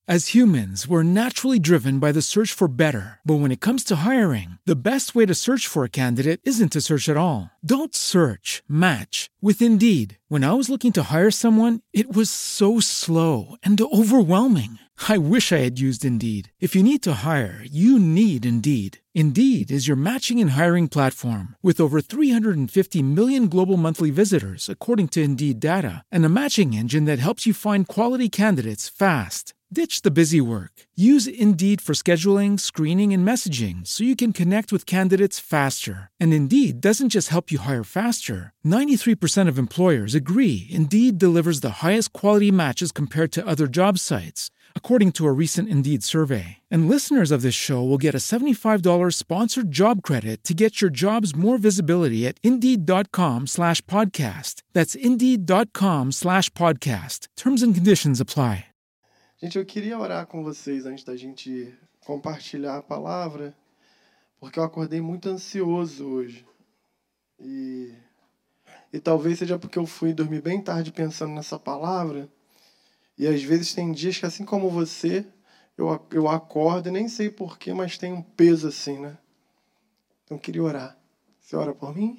As humans, we're naturally driven by the search for better. But when it comes to hiring, the best way to search for a candidate isn't to search at all. Don't search, match with Indeed. When I was looking to hire someone, it was so slow and overwhelming. I wish I had used Indeed. If you need to hire, you need Indeed. Indeed is your matching and hiring platform with over 350 million global monthly visitors, according to Indeed data, and a matching engine that helps you find quality candidates fast. Ditch the busy work. Use Indeed for scheduling, screening, and messaging so you can connect with candidates faster. And Indeed doesn't just help you hire faster. 93% of employers agree Indeed delivers the highest quality matches compared to other job sites, according to a recent Indeed survey. And listeners of this show will get a $75 sponsored job credit to get your jobs more visibility at Indeed.com/podcast. That's Indeed.com/podcast. Terms and conditions apply. Gente, eu queria orar com vocês antes da gente compartilhar a palavra, porque eu acordei muito ansioso hoje. E talvez seja porque eu fui dormir bem tarde pensando nessa palavra. E às vezes tem dias que, assim como você, eu acordo e nem sei porquê, mas tem um peso assim, né? Então eu queria orar. Você ora por mim?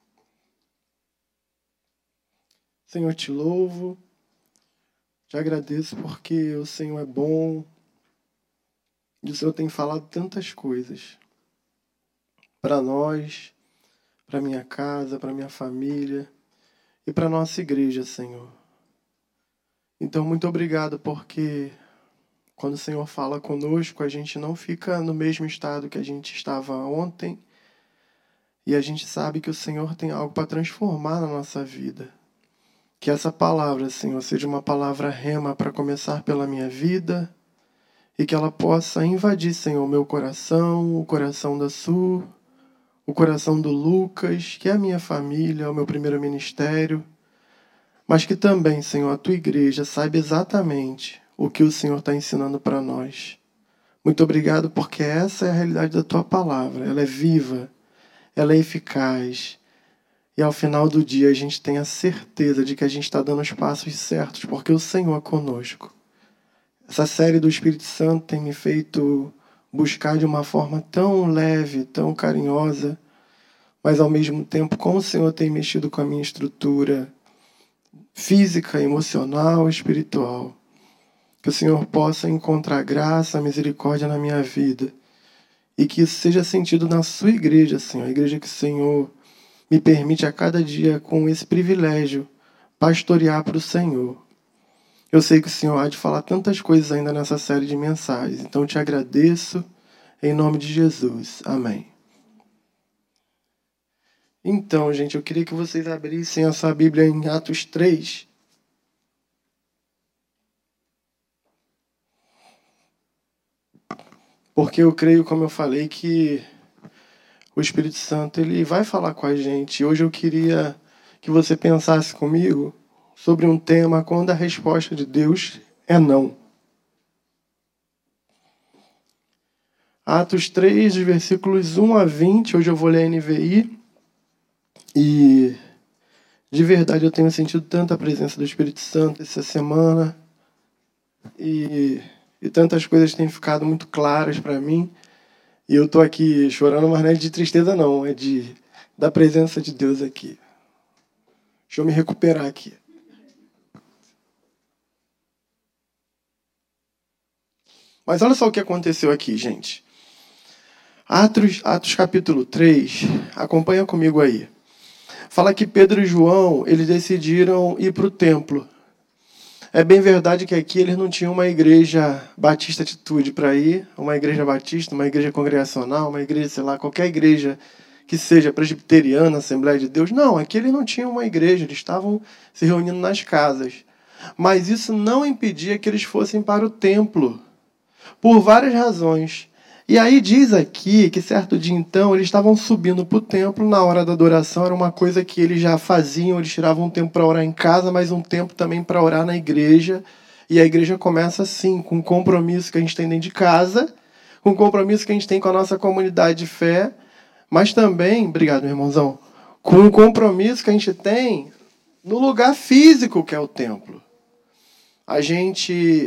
Senhor, te louvo. Te agradeço porque o Senhor é bom e o Senhor tem falado tantas coisas para nós, para minha casa, para minha família e para nossa igreja, Senhor. Então, muito obrigado porque quando o Senhor fala conosco, a gente não fica no mesmo estado que a gente estava ontem e a gente sabe que o Senhor tem algo para transformar na nossa vida. Que essa palavra, Senhor, seja uma palavra rema para começar pela minha vida e que ela possa invadir, Senhor, o meu coração, o coração da Su, o coração do Lucas, que é a minha família, o meu primeiro ministério, mas que também, Senhor, a tua igreja saiba exatamente o que o Senhor está ensinando para nós. Muito obrigado porque essa é a realidade da tua palavra. Ela é viva, ela é eficaz. E ao final do dia a gente tem a certeza de que a gente está dando os passos certos, porque o Senhor é conosco. Essa série do Espírito Santo tem me feito buscar de uma forma tão leve, tão carinhosa, mas ao mesmo tempo como o Senhor tem mexido com a minha estrutura física, emocional, espiritual. Que o Senhor possa encontrar graça, misericórdia na minha vida e que isso seja sentido na sua igreja, Senhor, a igreja que o Senhor me permite a cada dia, com esse privilégio, pastorear para o Senhor. Eu sei que o Senhor há de falar tantas coisas ainda nessa série de mensagens. Então, eu te agradeço em nome de Jesus. Amém. Então, gente, eu queria que vocês abrissem a sua Bíblia em Atos 3. Porque eu creio, como eu falei, que o Espírito Santo ele vai falar com a gente. Hoje eu queria que você pensasse comigo sobre um tema quando a resposta de Deus é não. Atos 3, versículos 1 a 20. Hoje eu vou ler a NVI. E de verdade eu tenho sentido tanta presença do Espírito Santo essa semana. E tantas coisas têm ficado muito claras para mim. E eu estou aqui chorando, mas não é de tristeza não, é da presença de Deus aqui. Deixa eu me recuperar aqui. Mas olha só o que aconteceu aqui, gente. Atos capítulo 3, acompanha comigo aí. Fala que Pedro e João, eles decidiram ir para o templo. É bem verdade que aqui eles não tinham uma igreja Batista Atitude para ir, uma igreja batista, uma igreja congregacional, uma igreja, sei lá, qualquer igreja que seja presbiteriana, Assembleia de Deus. Não, aqui eles não tinham uma igreja, eles estavam se reunindo nas casas. Mas isso não impedia que eles fossem para o templo, por várias razões. E aí diz aqui que certo dia então eles estavam subindo para o templo na hora da adoração, era uma coisa que eles já faziam, eles tiravam um tempo para orar em casa, mas um tempo também para orar na igreja. E a igreja começa assim, com um compromisso que a gente tem dentro de casa, com um compromisso que a gente tem com a nossa comunidade de fé, mas também, obrigado meu irmãozão, com um compromisso que a gente tem no lugar físico que é o templo. A gente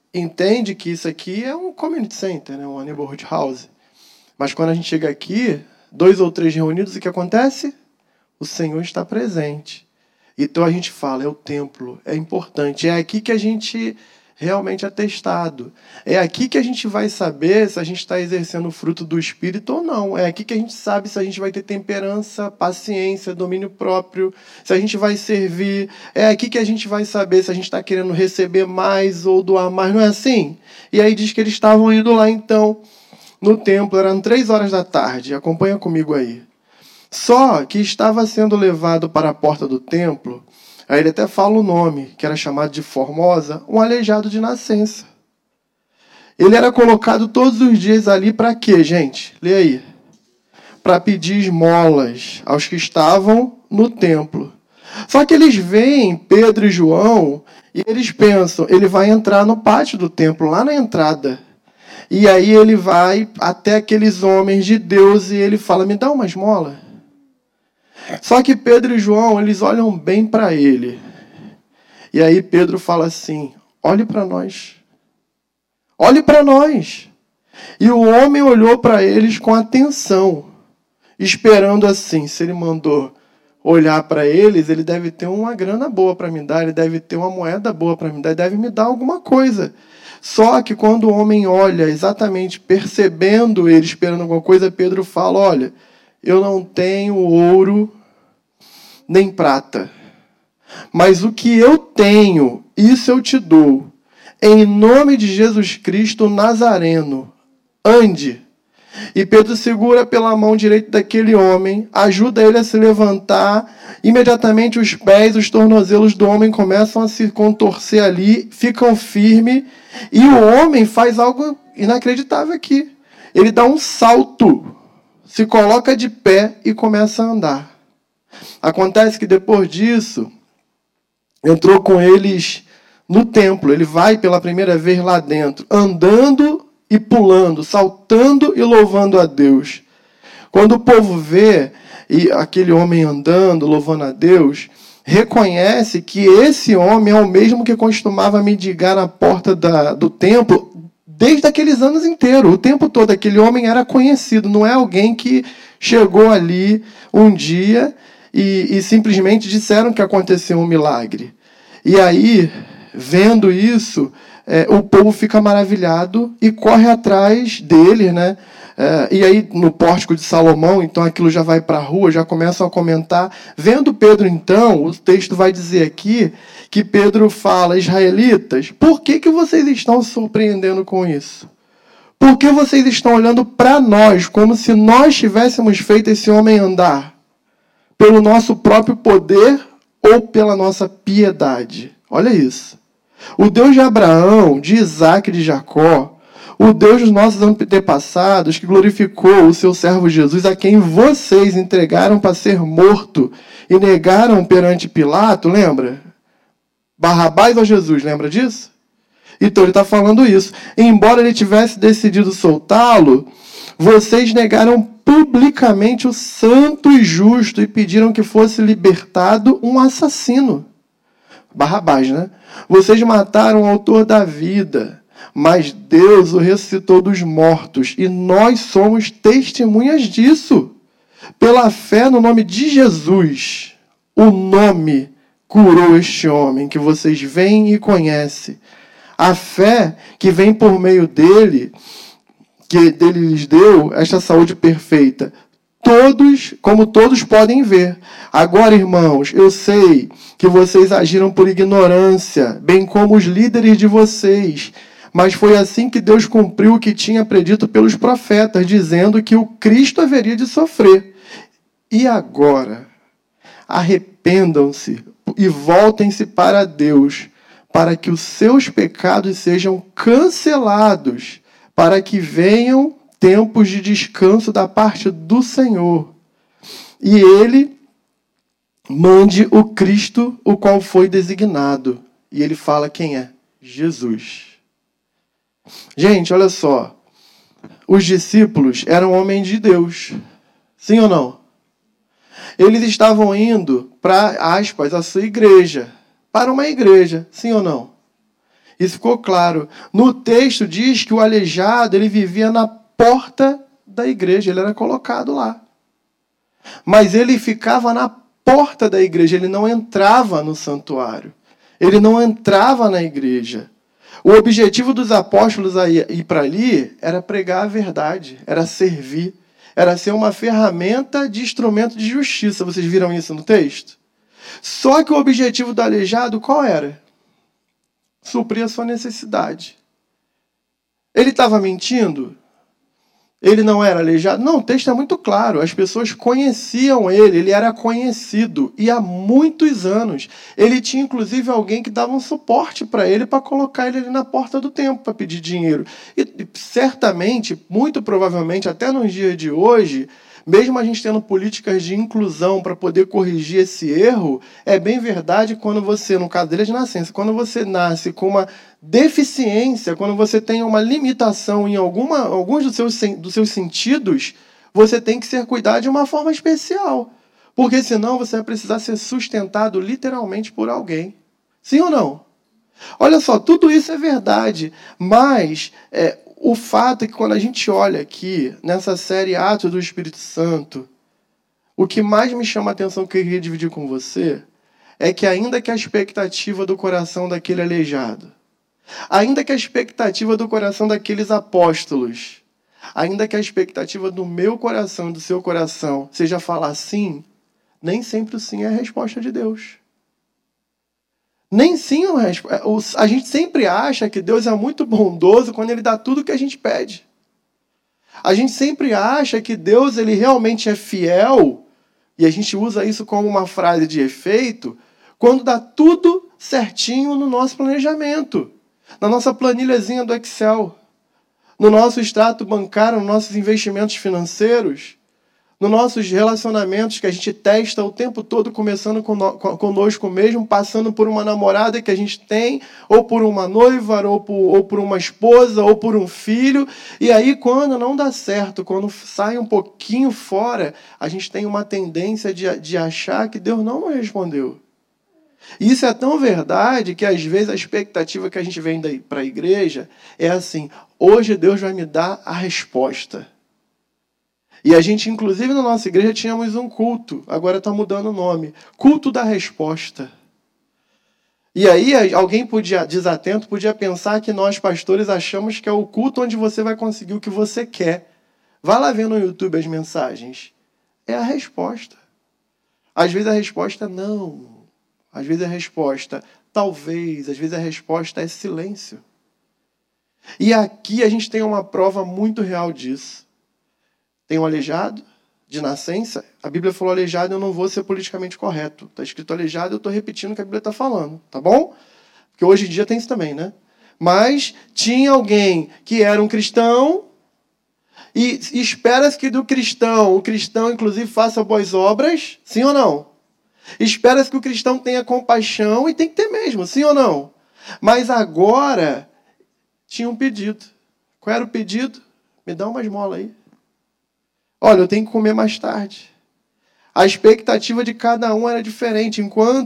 entende que isso aqui é um community center, né? Uma neighborhood house. Mas quando a gente chega aqui, 2 ou 3 reunidos, o que acontece? O Senhor está presente. Então a gente fala, é o templo, é importante. É aqui que a gente realmente é testado. É aqui que a gente vai saber se a gente está exercendo o fruto do Espírito ou não. É aqui que a gente sabe se a gente vai ter temperança, paciência, domínio próprio, se a gente vai servir. É aqui que a gente vai saber se a gente está querendo receber mais ou doar mais. Não é assim? E aí diz que eles estavam indo lá então no templo, eram 3 horas da tarde. Acompanha comigo aí. Só que estava sendo levado para a porta do templo, aí ele até fala o nome, que era chamado de Formosa, um aleijado de nascença. Ele era colocado todos os dias ali para quê, gente? Lê aí. Para pedir esmolas aos que estavam no templo. Só que eles veem Pedro e João e eles pensam, ele vai entrar no pátio do templo, lá na entrada. E aí ele vai até aqueles homens de Deus e ele fala, me dá uma esmola. Só que Pedro e João, eles olham bem para ele. E aí Pedro fala assim, olhe para nós. Olhe para nós. E o homem olhou para eles com atenção, esperando assim, se ele mandou olhar para eles, ele deve ter uma grana boa para me dar, ele deve ter uma moeda boa para me dar, ele deve me dar alguma coisa. Só que quando o homem olha exatamente percebendo ele, esperando alguma coisa, Pedro fala, olha, eu não tenho ouro nem prata, mas o que eu tenho, isso eu te dou. Em nome de Jesus Cristo Nazareno, ande. E Pedro segura pela mão direita daquele homem, ajuda ele a se levantar. Imediatamente os pés, os tornozelos do homem começam a se contorcer ali, ficam firmes. E o homem faz algo inacreditável aqui. Ele dá um salto, se coloca de pé e começa a andar. Acontece que depois disso, entrou com eles no templo. Ele vai pela primeira vez lá dentro, andando e pulando, saltando e louvando a Deus. Quando o povo vê aquele homem andando, louvando a Deus, reconhece que esse homem é o mesmo que costumava mendigar na porta do templo desde aqueles anos inteiros. O tempo todo aquele homem era conhecido, não é alguém que chegou ali um dia e simplesmente disseram que aconteceu um milagre. E aí, vendo isso, o povo fica maravilhado e corre atrás dele, né? E aí, no pórtico de Salomão, então aquilo já vai para a rua, já começam a comentar. Vendo Pedro, então, o texto vai dizer aqui que Pedro fala, israelitas, por que vocês estão se surpreendendo com isso? Por que vocês estão olhando para nós, como se nós tivéssemos feito esse homem andar? Pelo nosso próprio poder ou pela nossa piedade? Olha isso. O Deus de Abraão, de Isaac e de Jacó, o Deus dos nossos antepassados, que glorificou o seu servo Jesus, a quem vocês entregaram para ser morto e negaram perante Pilato, lembra? Barrabás ou Jesus, lembra disso? Então ele está falando isso. Embora ele tivesse decidido soltá-lo, vocês negaram publicamente o santo e justo e pediram que fosse libertado um assassino. Barrabás, né? Vocês mataram o autor da vida, mas Deus o ressuscitou dos mortos e nós somos testemunhas disso. Pela fé no nome de Jesus, o nome curou este homem que vocês veem e conhecem. A fé que vem por meio dele, que dele lhes deu esta saúde perfeita. Como todos podem ver. Agora, irmãos, eu sei que vocês agiram por ignorância, bem como os líderes de vocês. Mas foi assim que Deus cumpriu o que tinha predito pelos profetas, dizendo que o Cristo haveria de sofrer. E agora, arrependam-se e voltem-se para Deus, para que os seus pecados sejam cancelados, para que venham tempos de descanso da parte do Senhor. E ele mande o Cristo, o qual foi designado. E ele fala quem é? Jesus. Gente, olha só. Os discípulos eram homens de Deus. Sim ou não? Eles estavam indo para, aspas, a sua igreja. Para uma igreja. Sim ou não? Isso ficou claro. No texto diz que o aleijado ele vivia na porta da igreja, ele era colocado lá. Mas ele ficava na porta da igreja, ele não entrava no santuário. Ele não entrava na igreja. O objetivo dos apóstolos a ir para ali era pregar a verdade, era servir, era ser uma ferramenta de instrumento de justiça. Vocês viram isso no texto? Só que o objetivo do aleijado qual era? Suprir a sua necessidade. Ele estava mentindo? Ele não era aleijado? Não, o texto é muito claro. As pessoas conheciam ele era conhecido. E há muitos anos. Ele tinha, inclusive, alguém que dava um suporte para ele, para colocar ele ali na porta do templo, para pedir dinheiro. E certamente, muito provavelmente, até nos dias de hoje, mesmo a gente tendo políticas de inclusão para poder corrigir esse erro, é bem verdade quando você, no caso dele é de nascença, quando você nasce com uma deficiência, quando você tem uma limitação em alguns dos seus sentidos, você tem que ser cuidado de uma forma especial. Porque senão você vai precisar ser sustentado literalmente por alguém. Sim ou não? Olha só, tudo isso é verdade, mas o fato é que quando a gente olha aqui, nessa série Atos do Espírito Santo, o que mais me chama a atenção que eu queria dividir com você é que ainda que a expectativa do coração daquele aleijado, ainda que a expectativa do coração daqueles apóstolos, ainda que a expectativa do meu coração, do seu coração, seja falar sim, nem sempre o sim é a resposta de Deus. Nem sim, a gente sempre acha que Deus é muito bondoso quando Ele dá tudo o que a gente pede. A gente sempre acha que Deus ele realmente é fiel, e a gente usa isso como uma frase de efeito, quando dá tudo certinho no nosso planejamento, na nossa planilhazinha do Excel, no nosso extrato bancário, nos nossos investimentos financeiros, nos nossos relacionamentos que a gente testa o tempo todo, começando conosco mesmo, passando por uma namorada que a gente tem, ou por uma noiva, ou por uma esposa, ou por um filho. E aí, quando não dá certo, quando sai um pouquinho fora, a gente tem uma tendência de achar que Deus não respondeu. E isso é tão verdade que, às vezes, a expectativa que a gente vem para a igreja é assim: hoje Deus vai me dar a resposta. E a gente, inclusive, na nossa igreja, tínhamos um culto. Agora está mudando o nome. Culto da resposta. E aí, alguém desatento, podia pensar que nós, pastores, achamos que é o culto onde você vai conseguir o que você quer. Vá lá ver no YouTube as mensagens. É a resposta. Às vezes a resposta é não. Às vezes a resposta talvez. Às vezes a resposta é silêncio. E aqui a gente tem uma prova muito real disso. Tem um aleijado de nascença. A Bíblia falou aleijado, eu não vou ser politicamente correto. Está escrito aleijado, eu estou repetindo o que a Bíblia está falando. Tá bom? Porque hoje em dia tem isso também, né? Mas tinha alguém que era um cristão e espera-se que do cristão, o cristão inclusive faça boas obras, sim ou não? Espera-se que o cristão tenha compaixão e tem que ter mesmo, sim ou não? Mas agora tinha um pedido. Qual era o pedido? Me dá uma esmola aí. Olha, eu tenho que comer mais tarde. A expectativa de cada um era diferente.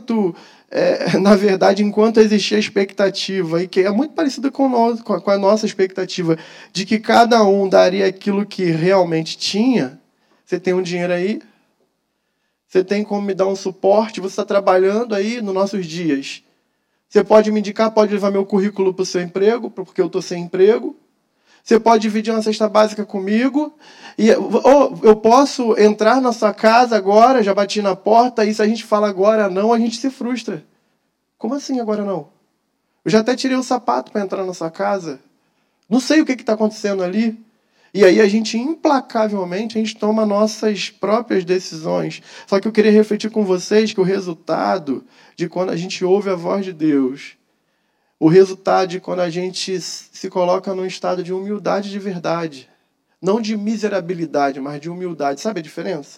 Na verdade, enquanto existia a expectativa, e que é muito parecida com a nossa expectativa, de que cada um daria aquilo que realmente tinha. Você tem um dinheiro aí? Você tem como me dar um suporte? Você está trabalhando aí nos nossos dias? Você pode me indicar, pode levar meu currículo para o seu emprego, porque eu estou sem emprego. Você pode dividir uma cesta básica comigo. Ou eu posso entrar na sua casa agora, já bati na porta, e se a gente fala agora não, a gente se frustra. Como assim agora não? Eu já até tirei o sapato para entrar na sua casa. Não sei o que está acontecendo ali. E aí a gente, implacavelmente, a gente toma nossas próprias decisões. Só que eu queria refletir com vocês que o resultado de quando a gente ouve a voz de Deus, o resultado de quando a gente se coloca num estado de humildade de verdade. Não de miserabilidade, mas de humildade. Sabe a diferença?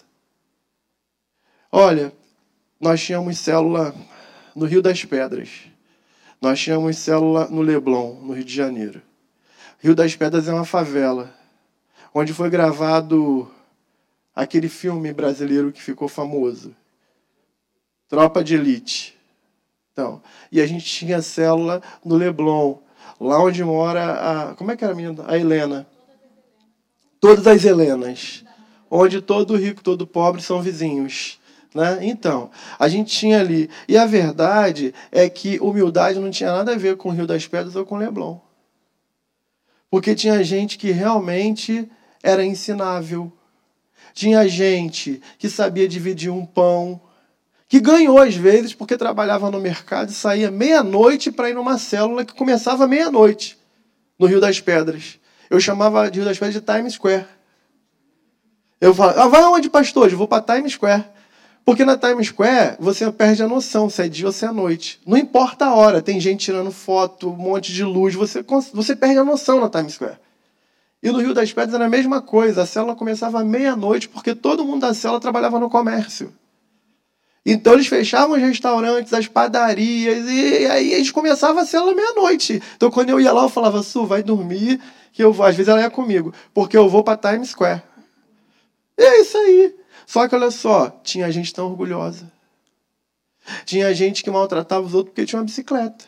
Olha, nós tínhamos célula no Rio das Pedras. Nós tínhamos célula no Leblon, no Rio de Janeiro. Rio das Pedras é uma favela, onde foi gravado aquele filme brasileiro que ficou famoso, Tropa de Elite. Então, e a gente tinha célula no Leblon, lá onde mora a... Como é que era a menina? A Helena. Todas as Helenas. Onde todo rico, todo pobre são vizinhos. Né? Então, a gente tinha ali... E a verdade é que humildade não tinha nada a ver com o Rio das Pedras ou com o Leblon. Porque tinha gente que realmente era ensinável. Tinha gente que sabia dividir um pão, que ganhou às vezes porque trabalhava no mercado e saía meia-noite para ir numa célula que começava meia-noite no Rio das Pedras. Eu chamava de Rio das Pedras de Times Square. Eu falava, vai aonde, pastor? Eu vou para Times Square. Porque na Times Square você perde a noção se é dia ou se é noite. Não importa a hora, tem gente tirando foto, um monte de luz, você perde a noção na Times Square. E no Rio das Pedras era a mesma coisa, a célula começava meia-noite porque todo mundo da célula trabalhava no comércio. Então eles fechavam os restaurantes, as padarias, e aí eles começavam a célula meia-noite. Então quando eu ia lá, eu falava, Su, vai dormir, que eu vou. Às vezes ela ia comigo, porque eu vou para Times Square. E é isso aí. Só que olha só, tinha gente tão orgulhosa. Tinha gente que maltratava os outros porque tinha uma bicicleta.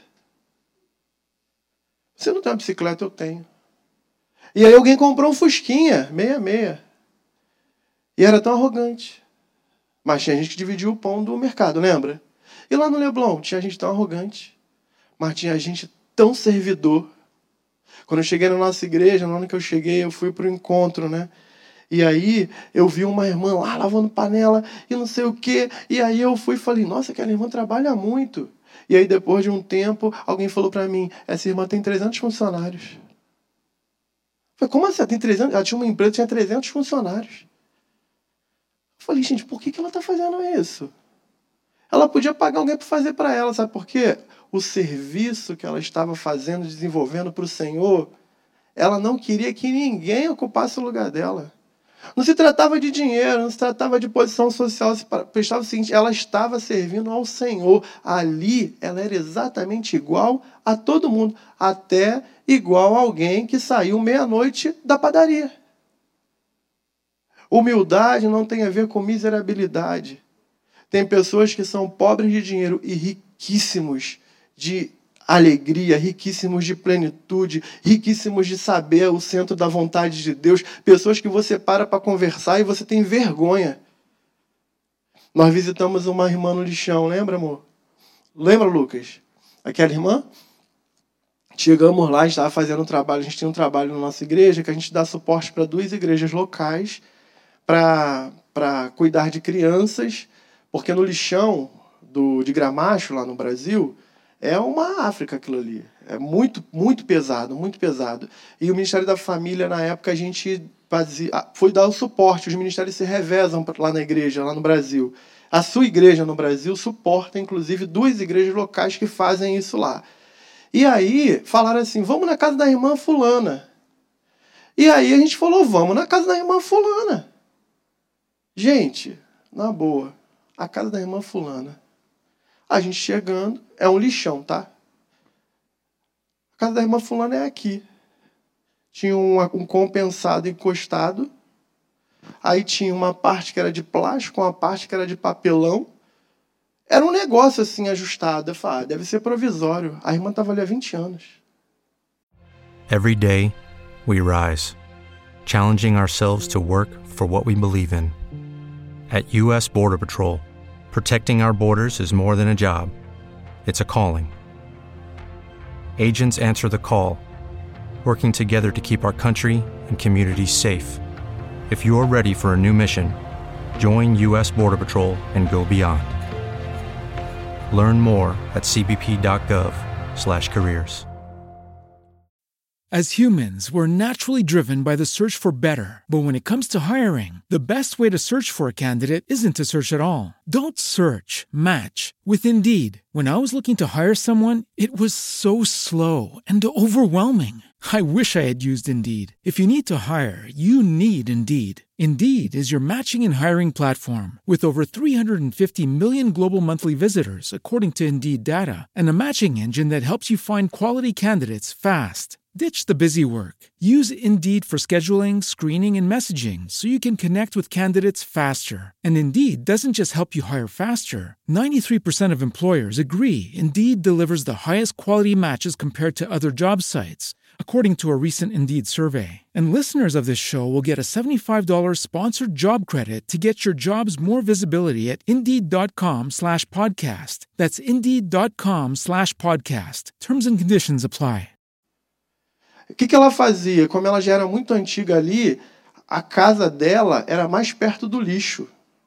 Você não tem uma bicicleta? Eu tenho. E aí alguém comprou um Fusquinha, 66. E era tão arrogante. Mas tinha gente que dividia o pão do mercado, lembra? E lá no Leblon, tinha gente tão arrogante. Mas tinha gente tão servidor. Quando eu cheguei na nossa igreja, no ano que eu cheguei, eu fui para o encontro, né? E aí eu vi uma irmã lá lavando panela e não sei o quê. E aí eu fui e falei, nossa, aquela irmã trabalha muito. E aí depois de um tempo, alguém falou para mim, essa irmã tem 300 funcionários. Eu falei, como assim? Ela tem 300? Ela tinha uma empresa, tinha 300 funcionários. Eu falei, gente, por que ela está fazendo isso? Ela podia pagar alguém para fazer para ela, sabe por quê? O serviço que ela estava fazendo, desenvolvendo para o Senhor, ela não queria que ninguém ocupasse o lugar dela. Não se tratava de dinheiro, não se tratava de posição social, se prestava o seguinte, ela estava servindo ao Senhor. Ali, ela era exatamente igual a todo mundo, até igual a alguém que saiu meia-noite da padaria. Humildade não tem a ver com miserabilidade. Tem pessoas que são pobres de dinheiro e riquíssimos de alegria, riquíssimos de plenitude, riquíssimos de saber o centro da vontade de Deus. Pessoas que você para conversar e você tem vergonha. Nós visitamos uma irmã no lixão, lembra, amor? Lembra, Lucas? Aquela irmã? Chegamos lá, a gente estava fazendo um trabalho, a gente tinha um trabalho na nossa igreja que a gente dá suporte para 2 igrejas locais para cuidar de crianças, porque no lixão de Gramacho, lá no Brasil, é uma África aquilo ali. É muito, muito pesado, muito pesado. E o Ministério da Família, na época, a gente foi dar o suporte. Os ministérios se revezam lá na igreja, lá no Brasil. A sua igreja no Brasil suporta, inclusive, 2 igrejas locais que fazem isso lá. E aí, falaram assim, vamos na casa da irmã fulana. E aí a gente falou, vamos na casa da irmã fulana. Gente, na boa, a casa da irmã fulana. A gente chegando, é um lixão, tá? A casa da irmã fulana é aqui. Tinha um compensado encostado. Aí tinha uma parte que era de plástico, uma parte que era de papelão. Era um negócio assim ajustado. Eu falei, deve ser provisório. A irmã estava ali há 20 anos. Every day, we rise, challenging ourselves to work for what we believe in. At U.S. Border Patrol, protecting our borders is more than a job. It's a calling. Agents answer the call, working together to keep our country and communities safe. If you're ready for a new mission, join U.S. Border Patrol and go beyond. Learn more at cbp.gov/careers. As humans, we're naturally driven by the search for better. But when it comes to hiring, the best way to search for a candidate isn't to search at all. Don't search, match with Indeed. When I was looking to hire someone, it was so slow and overwhelming. I wish I had used Indeed. If you need to hire, you need Indeed. Indeed is your matching and hiring platform with over 350 million global monthly visitors, according to Indeed data, and a matching engine that helps you find quality candidates fast. Ditch the busy work. Use Indeed for scheduling, screening, and messaging so you can connect with candidates faster. And Indeed doesn't just help you hire faster. 93% of employers agree Indeed delivers the highest quality matches compared to other job sites, according to a recent Indeed survey. And listeners of this show will get a $75 sponsored job credit to get your jobs more visibility at Indeed.com/podcast. That's Indeed.com/podcast. Terms and conditions apply. O que ela fazia? Como ela já era muito antiga ali, a casa dela era mais perto do lixo.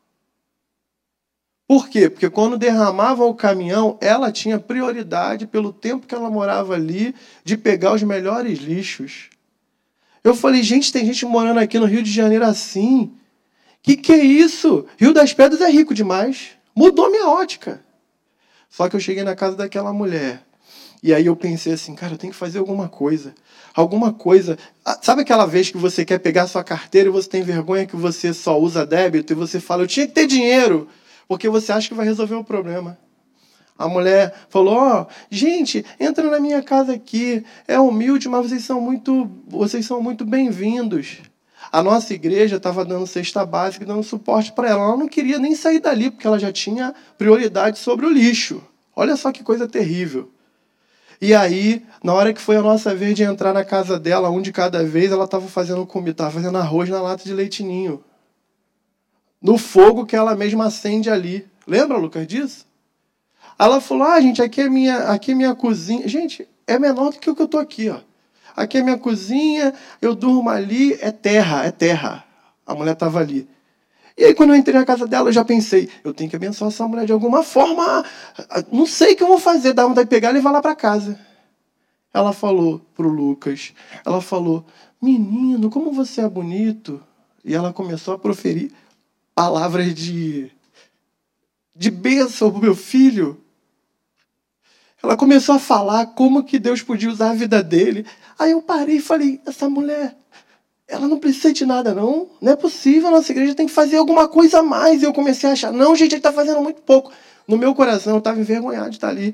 Por quê? Porque quando derramava o caminhão, ela tinha prioridade, pelo tempo que ela morava ali, de pegar os melhores lixos. Eu falei, gente, tem gente morando aqui no Rio de Janeiro assim. Que é isso? Rio das Pedras é rico demais. Mudou minha ótica. Só que eu cheguei na casa daquela mulher. E aí eu pensei assim, cara, eu tenho que fazer alguma coisa. Alguma coisa. Sabe aquela vez que você quer pegar sua carteira e você tem vergonha que você só usa débito e você fala, eu tinha que ter dinheiro, porque você acha que vai resolver o problema. A mulher falou, gente, entra na minha casa aqui, é humilde, mas vocês são muito bem-vindos. A nossa igreja estava dando cesta básica e dando suporte para ela. Ela não queria nem sair dali, porque ela já tinha prioridade sobre o lixo. Olha só que coisa terrível. E aí, na hora que foi a nossa vez de entrar na casa dela, um de cada vez, ela estava fazendo comida, estava fazendo arroz na lata de leite ninho. No fogo que ela mesma acende ali. Lembra, Lucas, disso? Ela falou, gente, aqui é minha cozinha. Gente, é menor do que o que eu estou aqui, ó. Aqui é minha cozinha, eu durmo ali, é terra. A mulher estava ali. E aí, quando eu entrei na casa dela, eu já pensei, eu tenho que abençoar essa mulher de alguma forma. Não sei o que eu vou fazer, dá vontade de pegar e levar lá para casa. Ela falou para o Lucas, ela falou, menino, como você é bonito. E ela começou a proferir palavras de bênção para o meu filho. Ela começou a falar como que Deus podia usar a vida dele. Aí eu parei e falei, essa mulher, ela não precisa de nada, não. Não é possível, a nossa igreja tem que fazer alguma coisa a mais. E eu comecei a achar, não, gente, ele está fazendo muito pouco. No meu coração, eu estava envergonhado de estar ali.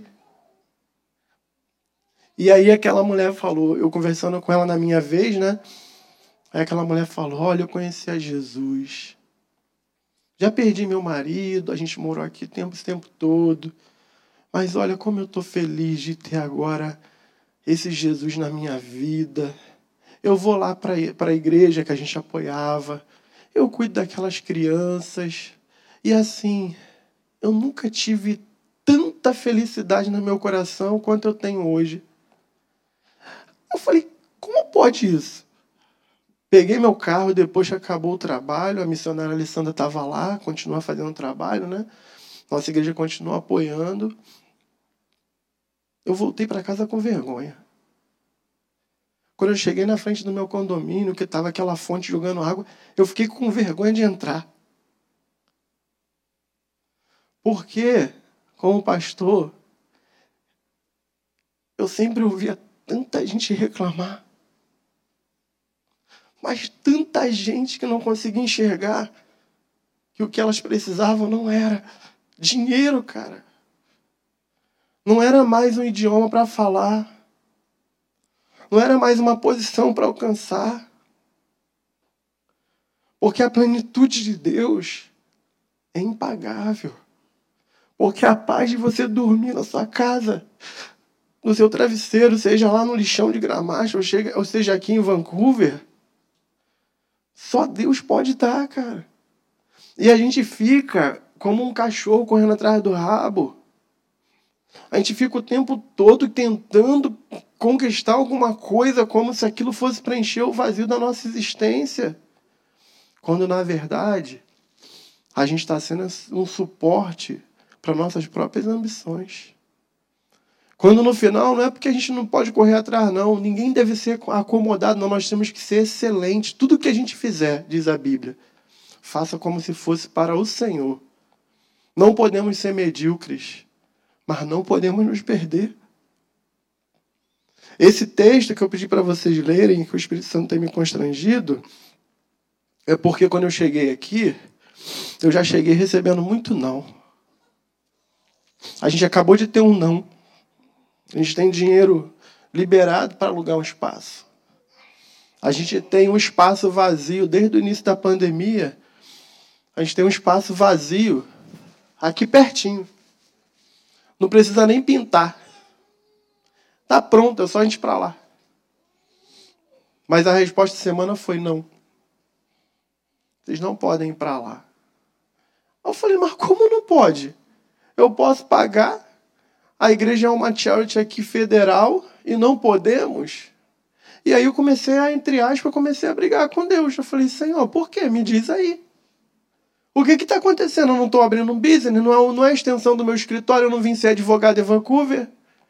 E aí aquela mulher falou, eu conversando com ela na minha vez, né? Aí aquela mulher falou, olha, eu conheci a Jesus. Já perdi meu marido, a gente morou aqui esse tempo todo. Mas olha como eu estou feliz de ter agora esse Jesus na minha vida. Eu vou lá para a igreja que a gente apoiava. Eu cuido daquelas crianças. E assim, eu nunca tive tanta felicidade no meu coração quanto eu tenho hoje. Eu falei, como pode isso? Peguei meu carro depois que acabou o trabalho. A missionária Alessandra estava lá, continua fazendo trabalho, né? Nossa igreja continua apoiando. Eu voltei para casa com vergonha. Quando eu cheguei na frente do meu condomínio, que estava aquela fonte jogando água, eu fiquei com vergonha de entrar. Porque, como pastor, eu sempre ouvia tanta gente reclamar. Mas tanta gente que não conseguia enxergar que o que elas precisavam não era dinheiro, cara. Não era mais um idioma para falar. Não era mais uma posição para alcançar. Porque a plenitude de Deus é impagável. Porque a paz de você dormir na sua casa, no seu travesseiro, seja lá no lixão de Gramacho, ou seja aqui em Vancouver, só Deus pode dar, cara. E a gente fica como um cachorro correndo atrás do rabo. A gente fica o tempo todo tentando conquistar alguma coisa como se aquilo fosse preencher o vazio da nossa existência. Quando, na verdade, a gente está sendo um suporte para nossas próprias ambições. Quando, no final, não é porque a gente não pode correr atrás, não. Ninguém deve ser acomodado, não. Nós temos que ser excelentes. Tudo que a gente fizer, diz a Bíblia, faça como se fosse para o Senhor. Não podemos ser medíocres, mas não podemos nos perder. Esse texto que eu pedi para vocês lerem, que o Espírito Santo tem me constrangido, é porque quando eu cheguei aqui, eu já cheguei recebendo muito não. A gente acabou de ter um não. A gente tem dinheiro liberado para alugar um espaço. A gente tem um espaço vazio, desde o início da pandemia, a gente tem um espaço vazio aqui pertinho. Não precisa nem pintar. Está pronto, é só a gente ir para lá. Mas a resposta da semana foi não. Vocês não podem ir para lá. Eu falei, mas como não pode? Eu posso pagar, a igreja é uma charity aqui federal e não podemos? E aí eu comecei a, entre aspas, comecei a brigar com Deus. Eu falei, Senhor, por quê? Me diz aí. O que está acontecendo? Eu não estou abrindo um business, não é a extensão do meu escritório, eu não vim ser advogado em Vancouver.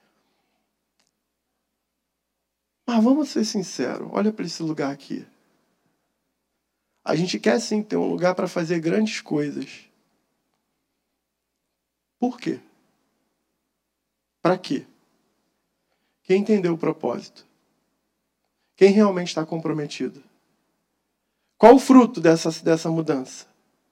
Mas vamos ser sinceros, olha para esse lugar aqui. A gente quer sim ter um lugar para fazer grandes coisas. Por quê? Para quê? Quem entendeu o propósito? Quem realmente está comprometido? Qual o fruto dessa mudança?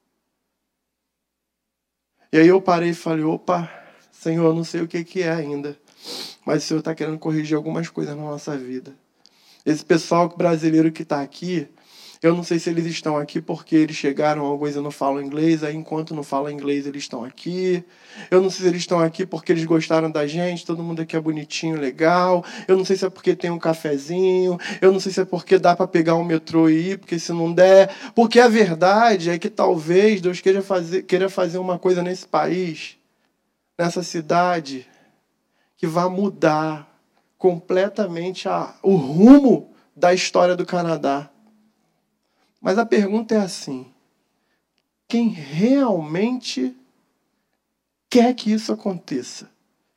E aí eu parei e falei, opa, Senhor, eu não sei o que é ainda, mas o Senhor está querendo corrigir algumas coisas na nossa vida. Esse pessoal brasileiro que está aqui, eu não sei se eles estão aqui porque eles chegaram, alguns não falam inglês, aí enquanto não falam inglês eles estão aqui. Eu não sei se eles estão aqui porque eles gostaram da gente, todo mundo aqui é bonitinho, legal. Eu não sei se é porque tem um cafezinho, eu não sei se é porque dá para pegar um metrô e ir, porque se não der... Porque a verdade é que talvez Deus queira fazer uma coisa nesse país, nessa cidade, que vai mudar completamente o rumo da história do Canadá. Mas a pergunta é assim, quem realmente quer que isso aconteça?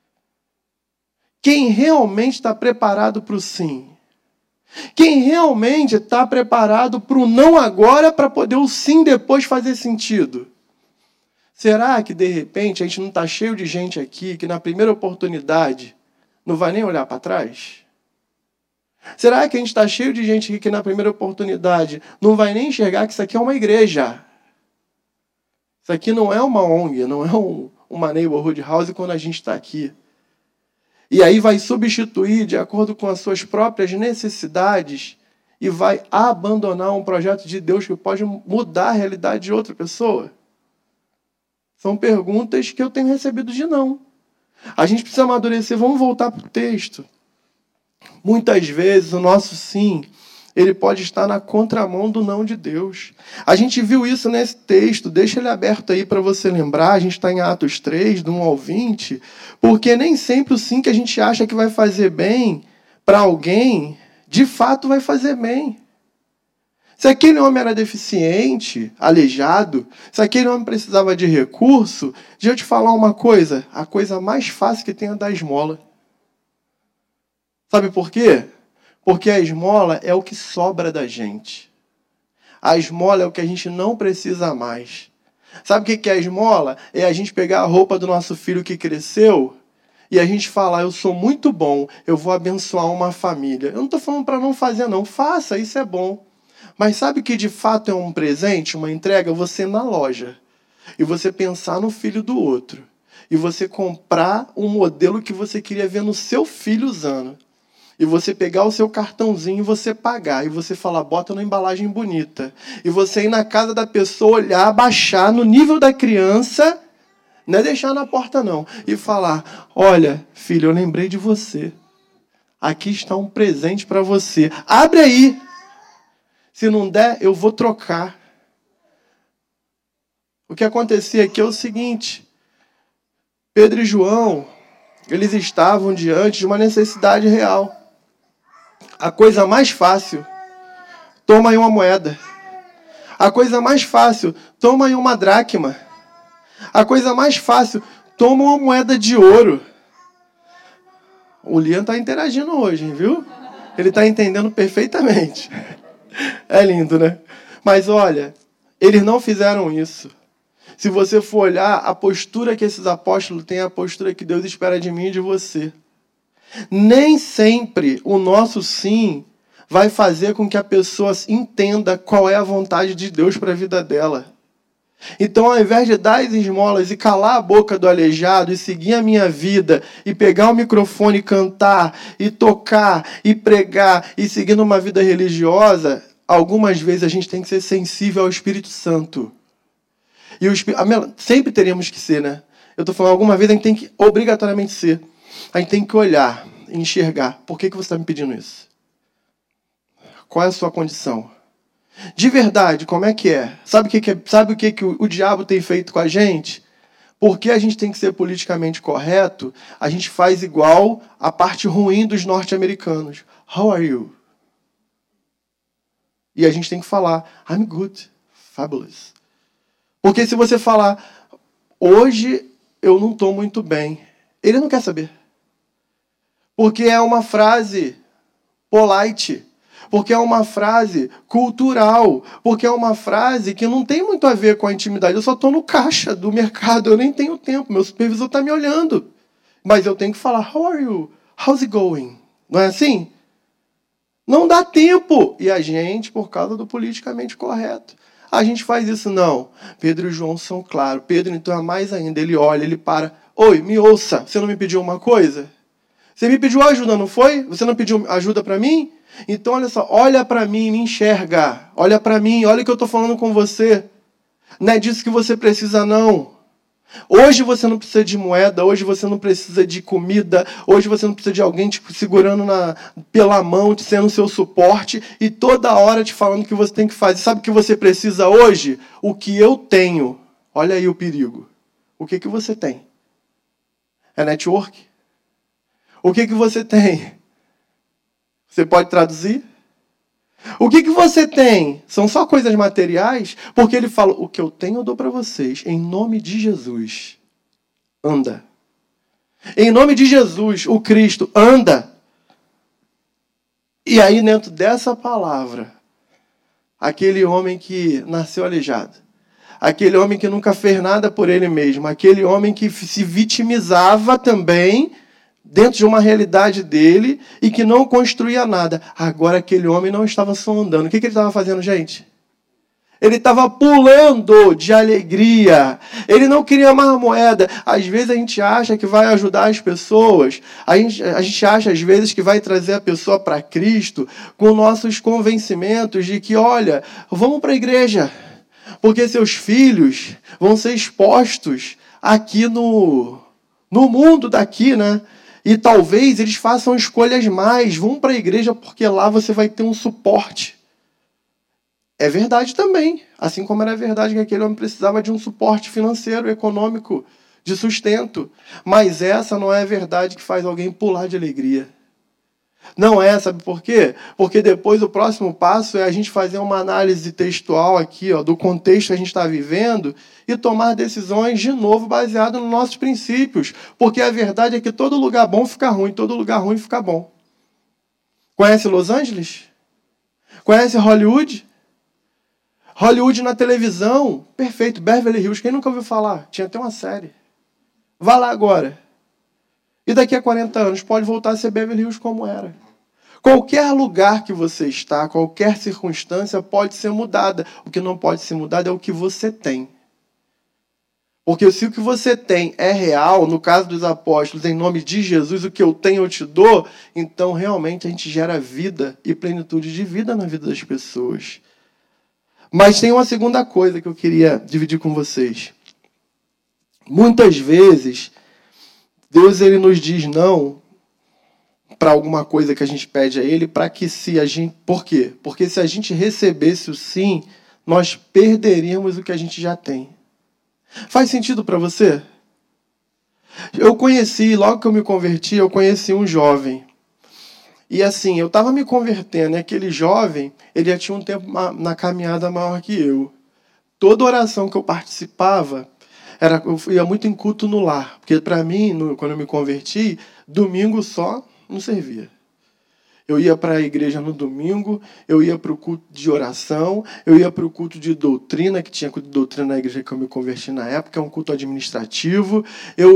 Quem realmente está preparado para o sim? Quem realmente está preparado para o não agora para poder o sim depois fazer sentido? Será que, de repente, a gente não está cheio de gente aqui que na primeira oportunidade não vai nem olhar para trás? Será que a gente está cheio de gente aqui que na primeira oportunidade não vai nem enxergar que isso aqui é uma igreja? Isso aqui não é uma ONG, não é uma neighborhood house quando a gente está aqui. E aí vai substituir de acordo com as suas próprias necessidades e vai abandonar um projeto de Deus que pode mudar a realidade de outra pessoa? São perguntas que eu tenho recebido de não. A gente precisa amadurecer. Vamos voltar para o texto. Muitas vezes o nosso sim, ele pode estar na contramão do não de Deus. A gente viu isso nesse texto, deixa ele aberto aí para você lembrar, a gente está em Atos 3, do 1 ao 20, porque nem sempre o sim que a gente acha que vai fazer bem para alguém, de fato vai fazer bem. Se aquele homem era deficiente, aleijado, se aquele homem precisava de recurso, deixa eu te falar uma coisa, a coisa mais fácil que tem é dar esmola. Sabe por quê? Porque a esmola é o que sobra da gente. A esmola é o que a gente não precisa mais. Sabe o que é a esmola? É a gente pegar a roupa do nosso filho que cresceu e a gente falar, eu sou muito bom, eu vou abençoar uma família. Eu não estou falando para não fazer, não. Faça, isso é bom. Mas sabe o que de fato é um presente, uma entrega? Você ir na loja e você pensar no filho do outro. E você comprar um modelo que você queria ver no seu filho usando. E você pegar o seu cartãozinho e você pagar. E você falar, bota numa embalagem bonita. E você ir na casa da pessoa, olhar, baixar no nível da criança. Não é deixar na porta, não. E falar, olha, filho, eu lembrei de você. Aqui está um presente para você. Abre aí. Se não der, eu vou trocar. O que acontecia aqui é o seguinte. Pedro e João, eles estavam diante de uma necessidade real. A coisa mais fácil, toma aí uma moeda. A coisa mais fácil, toma aí uma dracma. A coisa mais fácil, toma uma moeda de ouro. O Liam está interagindo hoje, viu? Ele está entendendo perfeitamente. É lindo, né? Mas olha, eles não fizeram isso. Se você for olhar, a postura que esses apóstolos têm é a postura que Deus espera de mim e de você. Nem sempre o nosso sim vai fazer com que a pessoa entenda qual é a vontade de Deus para a vida dela. Então, ao invés de dar as esmolas e calar a boca do aleijado e seguir a minha vida e pegar o microfone e cantar e tocar e pregar e seguir numa vida religiosa, algumas vezes a gente tem que ser sensível ao Espírito Santo. E sempre teríamos que ser, né? Eu estou falando, alguma vez a gente tem que obrigatoriamente ser. A gente tem que olhar, enxergar. Por que você está me pedindo isso? Qual é a sua condição? De verdade, como é que é? Sabe o que o diabo tem feito com a gente? Porque a gente tem que ser politicamente correto, a gente faz igual a parte ruim dos norte-americanos. How are you? E a gente tem que falar, I'm good, fabulous. Porque se você falar, hoje eu não estou muito bem, ele não quer saber. Porque é uma frase polite. Porque é uma frase cultural, porque é uma frase que não tem muito a ver com a intimidade. Eu só estou no caixa do mercado, eu nem tenho tempo, meu supervisor está me olhando. Mas eu tenho que falar, how are you? How's it going? Não é assim? Não dá tempo. E a gente, por causa do politicamente correto, a gente faz isso. Não. Pedro e João são claros. Pedro, então, é mais ainda. Ele olha, ele para. Oi, me ouça. Você não me pediu uma coisa? Você me pediu ajuda, não foi? Você não pediu ajuda para mim? Então, olha só, olha para mim, me enxerga. Olha para mim, olha o que eu estou falando com você. Não é disso que você precisa, não. Hoje você não precisa de moeda, hoje você não precisa de comida, hoje você não precisa de alguém te segurando pela mão, te sendo seu suporte e toda hora te falando o que você tem que fazer. Sabe o que você precisa hoje? O que eu tenho. Olha aí o perigo. O que você tem? É network? O que você tem? Você pode traduzir? O que você tem? São só coisas materiais? Porque ele fala, o que eu tenho eu dou para vocês. Em nome de Jesus. Anda. Em nome de Jesus, o Cristo, anda. E aí, dentro dessa palavra, aquele homem que nasceu aleijado, aquele homem que nunca fez nada por ele mesmo, aquele homem que se vitimizava também dentro de uma realidade dele e que não construía nada. Agora aquele homem não estava só andando. O que ele estava fazendo, gente? Ele estava pulando de alegria. Ele não queria mais moeda. Às vezes a gente acha que vai ajudar as pessoas. A gente acha, às vezes, que vai trazer a pessoa para Cristo com nossos convencimentos de que, olha, vamos para a igreja, porque seus filhos vão ser expostos aqui no mundo daqui, né? E talvez eles façam escolhas mais. Vão para a igreja porque lá você vai ter um suporte. É verdade também. Assim como era verdade que aquele homem precisava de um suporte financeiro, econômico, de sustento. Mas essa não é a verdade que faz alguém pular de alegria. Não é, sabe por quê? Porque depois o próximo passo é a gente fazer uma análise textual aqui, do contexto que a gente está vivendo e tomar decisões, de novo, baseado nos nossos princípios. Porque a verdade é que todo lugar bom fica ruim, todo lugar ruim fica bom. Conhece Los Angeles? Conhece Hollywood? Hollywood na televisão, perfeito. Beverly Hills, quem nunca ouviu falar? Tinha até uma série. Vá lá agora. E daqui a 40 anos pode voltar a ser Beverly Hills como era. Qualquer lugar que você está, qualquer circunstância pode ser mudada. O que não pode ser mudado é o que você tem. Porque se o que você tem é real, no caso dos apóstolos, em nome de Jesus, o que eu tenho eu te dou, então realmente a gente gera vida e plenitude de vida na vida das pessoas. Mas tem uma segunda coisa que eu queria dividir com vocês. Muitas vezes, Deus ele nos diz não para alguma coisa que a gente pede a Ele, para que se a gente... Por quê? Porque se a gente recebesse o sim, nós perderíamos o que a gente já tem. Faz sentido para você? Logo que eu me converti, eu conheci um jovem. E assim, eu estava me convertendo, e aquele jovem, ele já tinha um tempo na caminhada maior que eu. Toda oração que eu participava, eu ia muito em culto no lar. Porque para mim, quando eu me converti, domingo só não servia. Eu ia para a igreja no domingo, eu ia para o culto de oração, eu ia para o culto de doutrina, que tinha culto de doutrina na igreja que eu me converti na época, é um culto administrativo.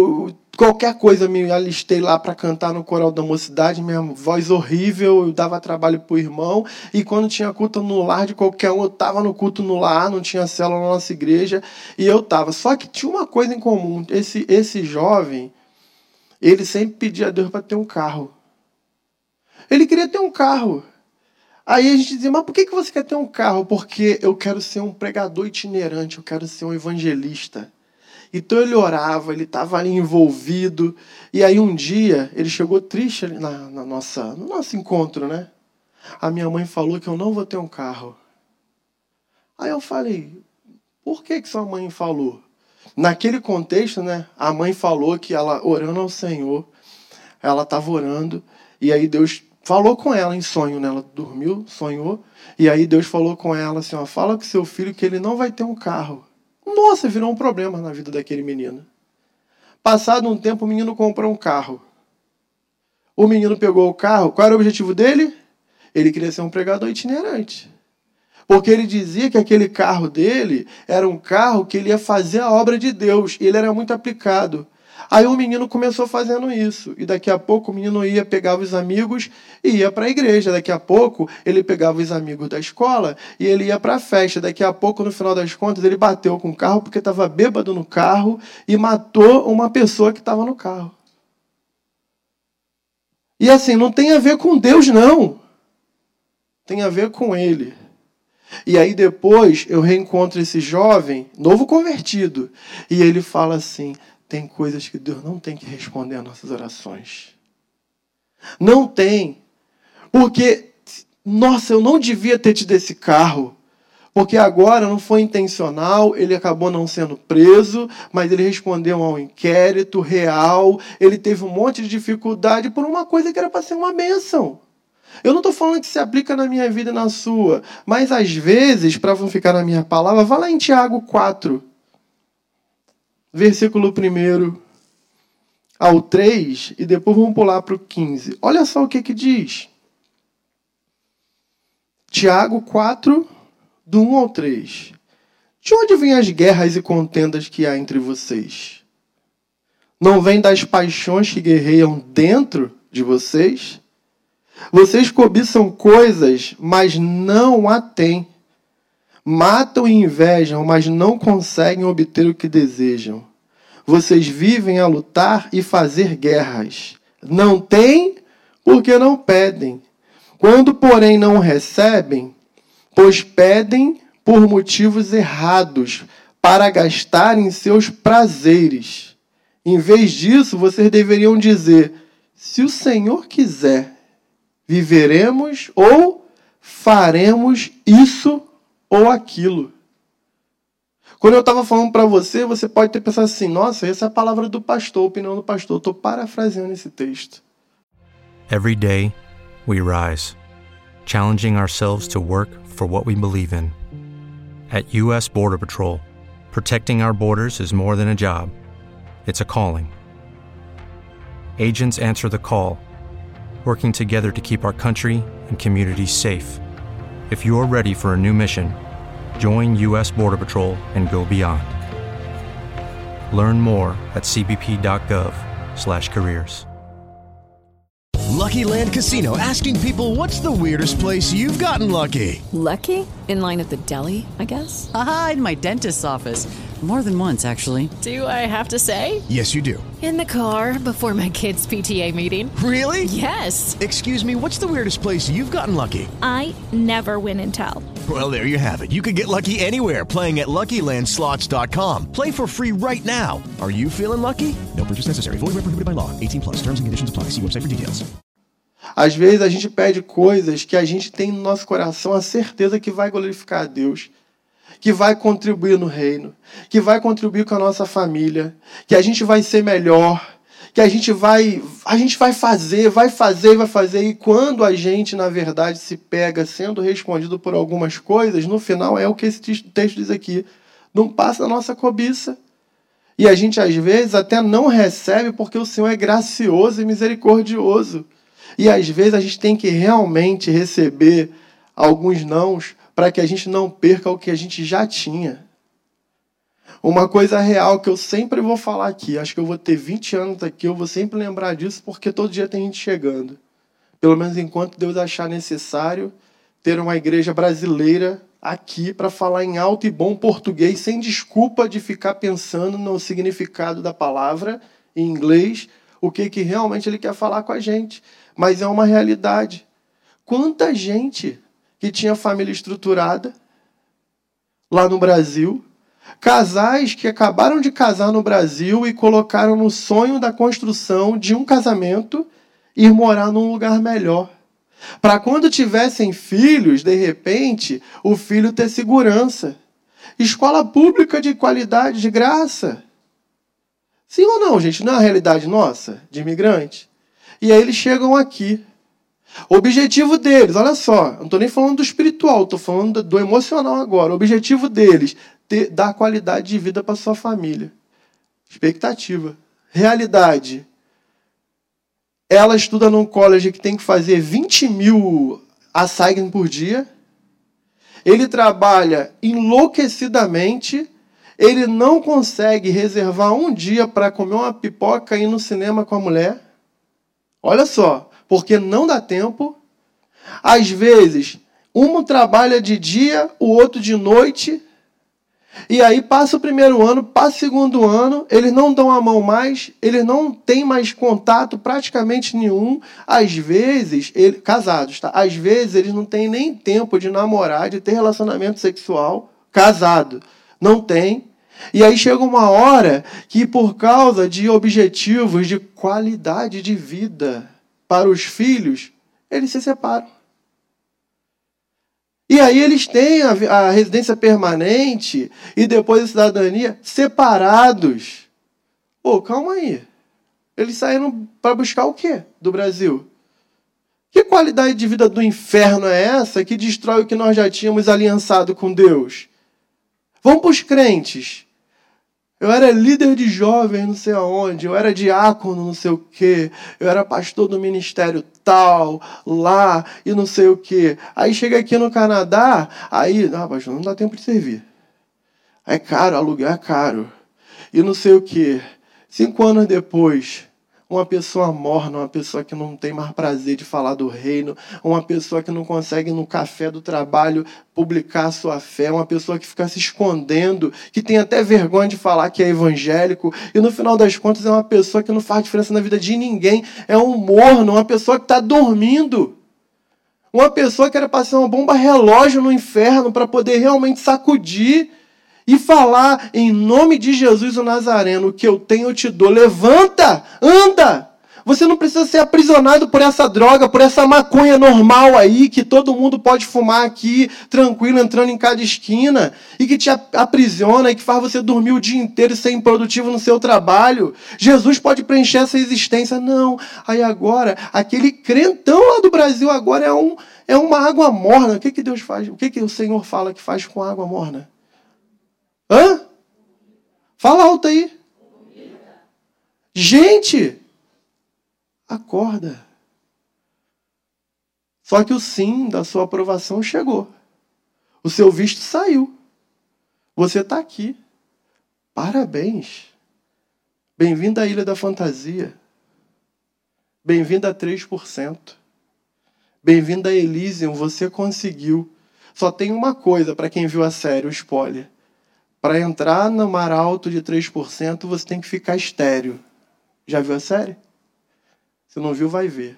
qualquer coisa me alistei lá para cantar no coral da mocidade, minha voz horrível, eu dava trabalho pro irmão, e quando tinha culto no lar de qualquer um, eu estava no culto no lar, não tinha célula na nossa igreja, e eu estava. Só que tinha uma coisa em comum, esse jovem, ele sempre pedia a Deus para ter um carro. Ele queria ter um carro. Aí a gente dizia, mas por que você quer ter um carro? Porque eu quero ser um pregador itinerante, eu quero ser um evangelista. Então ele orava, ele estava ali envolvido. E aí um dia, ele chegou triste ali no nosso encontro, né? A minha mãe falou que eu não vou ter um carro. Aí eu falei, por que sua mãe falou? Naquele contexto, né? A mãe falou que ela, orando ao Senhor, ela estava orando. E aí Deus falou com ela em sonho, né? Ela dormiu, sonhou. E aí Deus falou com ela assim, ó, fala com seu filho que ele não vai ter um carro. Nossa, virou um problema na vida daquele menino. Passado um tempo, o menino comprou um carro. O menino pegou o carro. Qual era o objetivo dele? Ele queria ser um pregador itinerante. Porque ele dizia que aquele carro dele era um carro que ele ia fazer a obra de Deus. E ele era muito aplicado. Aí o menino começou fazendo isso. E daqui a pouco o menino ia pegar os amigos e ia para a igreja. Daqui a pouco ele pegava os amigos da escola e ele ia para a festa. Daqui a pouco, no final das contas, ele bateu com o carro porque estava bêbado no carro e matou uma pessoa que estava no carro. E assim, não tem a ver com Deus, não. Tem a ver com ele. E aí depois eu reencontro esse jovem, novo convertido. E ele fala assim, tem coisas que Deus não tem que responder às nossas orações. Não tem. Porque, nossa, eu não devia ter tido esse carro. Porque agora não foi intencional, ele acabou não sendo preso, mas ele respondeu ao inquérito real, ele teve um monte de dificuldade por uma coisa que era para ser uma bênção. Eu não estou falando que se aplica na minha vida e na sua, mas às vezes, para não ficar na minha palavra, vá lá em Tiago 4. Versículo 1 ao 3, e depois vamos pular para o 15. Olha só o que diz. Tiago 4, do 1 ao 3. De onde vêm as guerras e contendas que há entre vocês? Não vêm das paixões que guerreiam dentro de vocês? Vocês cobiçam coisas, mas não a têm. Matam e invejam, mas não conseguem obter o que desejam. Vocês vivem a lutar e fazer guerras. Não têm, porque não pedem. Quando, porém, não recebem, pois pedem por motivos errados, para gastar em seus prazeres. Em vez disso, vocês deveriam dizer, se o Senhor quiser, viveremos ou faremos isso ou aquilo. Quando eu estava falando para você, você pode ter pensado assim, nossa, essa é a palavra do pastor, a opinião do pastor. Estou parafraseando esse texto. Every day, we rise, challenging ourselves to work for what we believe in. At U.S. Border Patrol, protecting our borders is more than a job. It's a calling. Agents answer the call, working together to keep our country and communities safe. If you're ready for a new mission, join U.S. Border Patrol and go beyond. Learn more at cbp.gov/careers. Lucky Land Casino, asking people, what's the weirdest place you've gotten lucky? Lucky? In line at the deli, I guess? Aha, in my dentist's office. More than once, actually. Do I have to say? Yes, you do. In the car before my kids' PTA meeting. Really? Yes. Excuse me, what's the weirdest place you've gotten lucky? I never win and tell. Well, there you have it. You can get lucky anywhere, playing at LuckyLandSlots.com. Play for free right now. Are you feeling lucky? No purchase necessary. Void where prohibited by law. 18+. Terms and conditions apply. See website for details. Às vezes a gente pede coisas que a gente tem no nosso coração a certeza que vai glorificar a Deus, que vai contribuir no reino, que vai contribuir com a nossa família, que a gente vai ser melhor, que a gente vai fazer, e quando a gente, na verdade, se pega sendo respondido por algumas coisas, no final é o que esse texto diz aqui, não passa da nossa cobiça. E a gente, às vezes, até não recebe porque o Senhor é gracioso e misericordioso. E às vezes a gente tem que realmente receber alguns nãos para que a gente não perca o que a gente já tinha. Uma coisa real que eu sempre vou falar aqui, acho que eu vou ter 20 anos aqui, eu vou sempre lembrar disso, porque todo dia tem gente chegando. Pelo menos enquanto Deus achar necessário ter uma igreja brasileira aqui para falar em alto e bom português, sem desculpa de ficar pensando no significado da palavra em inglês, o que realmente ele quer falar com a gente. Mas é uma realidade. Quanta gente que tinha família estruturada lá no Brasil, casais que acabaram de casar no Brasil e colocaram no sonho da construção de um casamento ir morar num lugar melhor. Para quando tivessem filhos, de repente, o filho ter segurança. Escola pública de qualidade, de graça. Sim ou não, gente? Não é a realidade nossa, de imigrante? E aí eles chegam aqui. O objetivo deles, olha só, não estou nem falando do espiritual, estou falando do emocional agora. O objetivo deles, dar qualidade de vida para sua família. Expectativa. Realidade. Ela estuda num college que tem que fazer 20 mil assignments por dia. Ele trabalha enlouquecidamente. Ele não consegue reservar um dia para comer uma pipoca e ir no cinema com a mulher. Olha só, porque não dá tempo. Às vezes, um trabalha de dia, o outro de noite. E aí passa o primeiro ano, passa o segundo ano, eles não dão a mão mais, eles não têm mais contato praticamente nenhum. Às vezes, casados, tá? Às vezes eles não têm nem tempo de namorar, de ter relacionamento sexual. Casado, não tem. E aí chega uma hora que, por causa de objetivos de qualidade de vida para os filhos, eles se separam. E aí eles têm a residência permanente e depois a cidadania separados. Pô, calma aí. Eles saíram para buscar o quê do Brasil? Que qualidade de vida do inferno é essa que destrói o que nós já tínhamos aliançado com Deus? Vamos para os crentes. Eu era líder de jovens não sei aonde, eu era diácono não sei o quê, eu era pastor do ministério tal, lá e não sei o quê. Aí chega aqui no Canadá, aí, pastor, não dá tempo de servir. É caro, aluguel é caro. E não sei o quê. 5 anos depois, uma pessoa morna, uma pessoa que não tem mais prazer de falar do reino, uma pessoa que não consegue no café do trabalho publicar a sua fé, uma pessoa que fica se escondendo, que tem até vergonha de falar que é evangélico, e no final das contas é uma pessoa que não faz diferença na vida de ninguém, é um morno, uma pessoa que está dormindo. Uma pessoa que era para ser uma bomba relógio no inferno, para poder realmente sacudir e falar em nome de Jesus o Nazareno, o que eu tenho eu te dou. Levanta, anda. Você não precisa ser aprisionado por essa droga, por essa maconha normal aí, que todo mundo pode fumar aqui, tranquilo, entrando em cada esquina, e que te aprisiona, e que faz você dormir o dia inteiro e ser improdutivo no seu trabalho. Jesus pode preencher essa existência. Não. Aí agora, aquele crentão lá do Brasil agora é uma água morna. O que Deus faz? O que o Senhor fala que faz com água morna? Hã? Fala alto aí. Gente, acorda. Só que o sim da sua aprovação chegou. O seu visto saiu. Você está aqui. Parabéns. Bem-vindo à Ilha da Fantasia. Bem-vindo a 3%. Bem-vindo a Elysium. Você conseguiu. Só tem uma coisa para quem viu a série, o spoiler. Para entrar no mar alto de 3%, você tem que ficar estéril. Já viu a série? Se não viu, vai ver.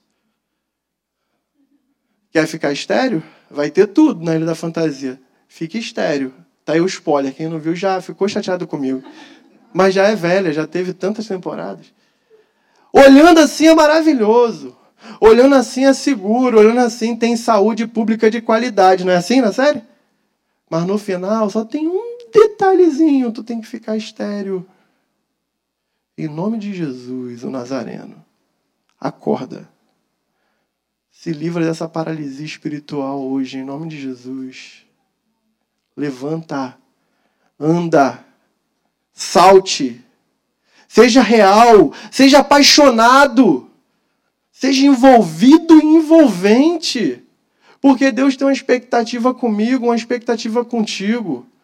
Quer ficar estéril? Vai ter tudo na Ilha da Fantasia. Fique estéril. Tá aí o spoiler. Quem não viu já ficou chateado comigo. Mas já é velha, já teve tantas temporadas. Olhando assim é maravilhoso. Olhando assim é seguro. Olhando assim tem saúde pública de qualidade. Não é assim na série? Mas no final só tem um detalhezinho, tu tem que ficar estéril. Em nome de Jesus, o Nazareno, acorda. Se livra dessa paralisia espiritual hoje, em nome de Jesus. Levanta, anda, salte, seja real, seja apaixonado, seja envolvido e envolvente. Porque Deus tem uma expectativa comigo, uma expectativa contigo.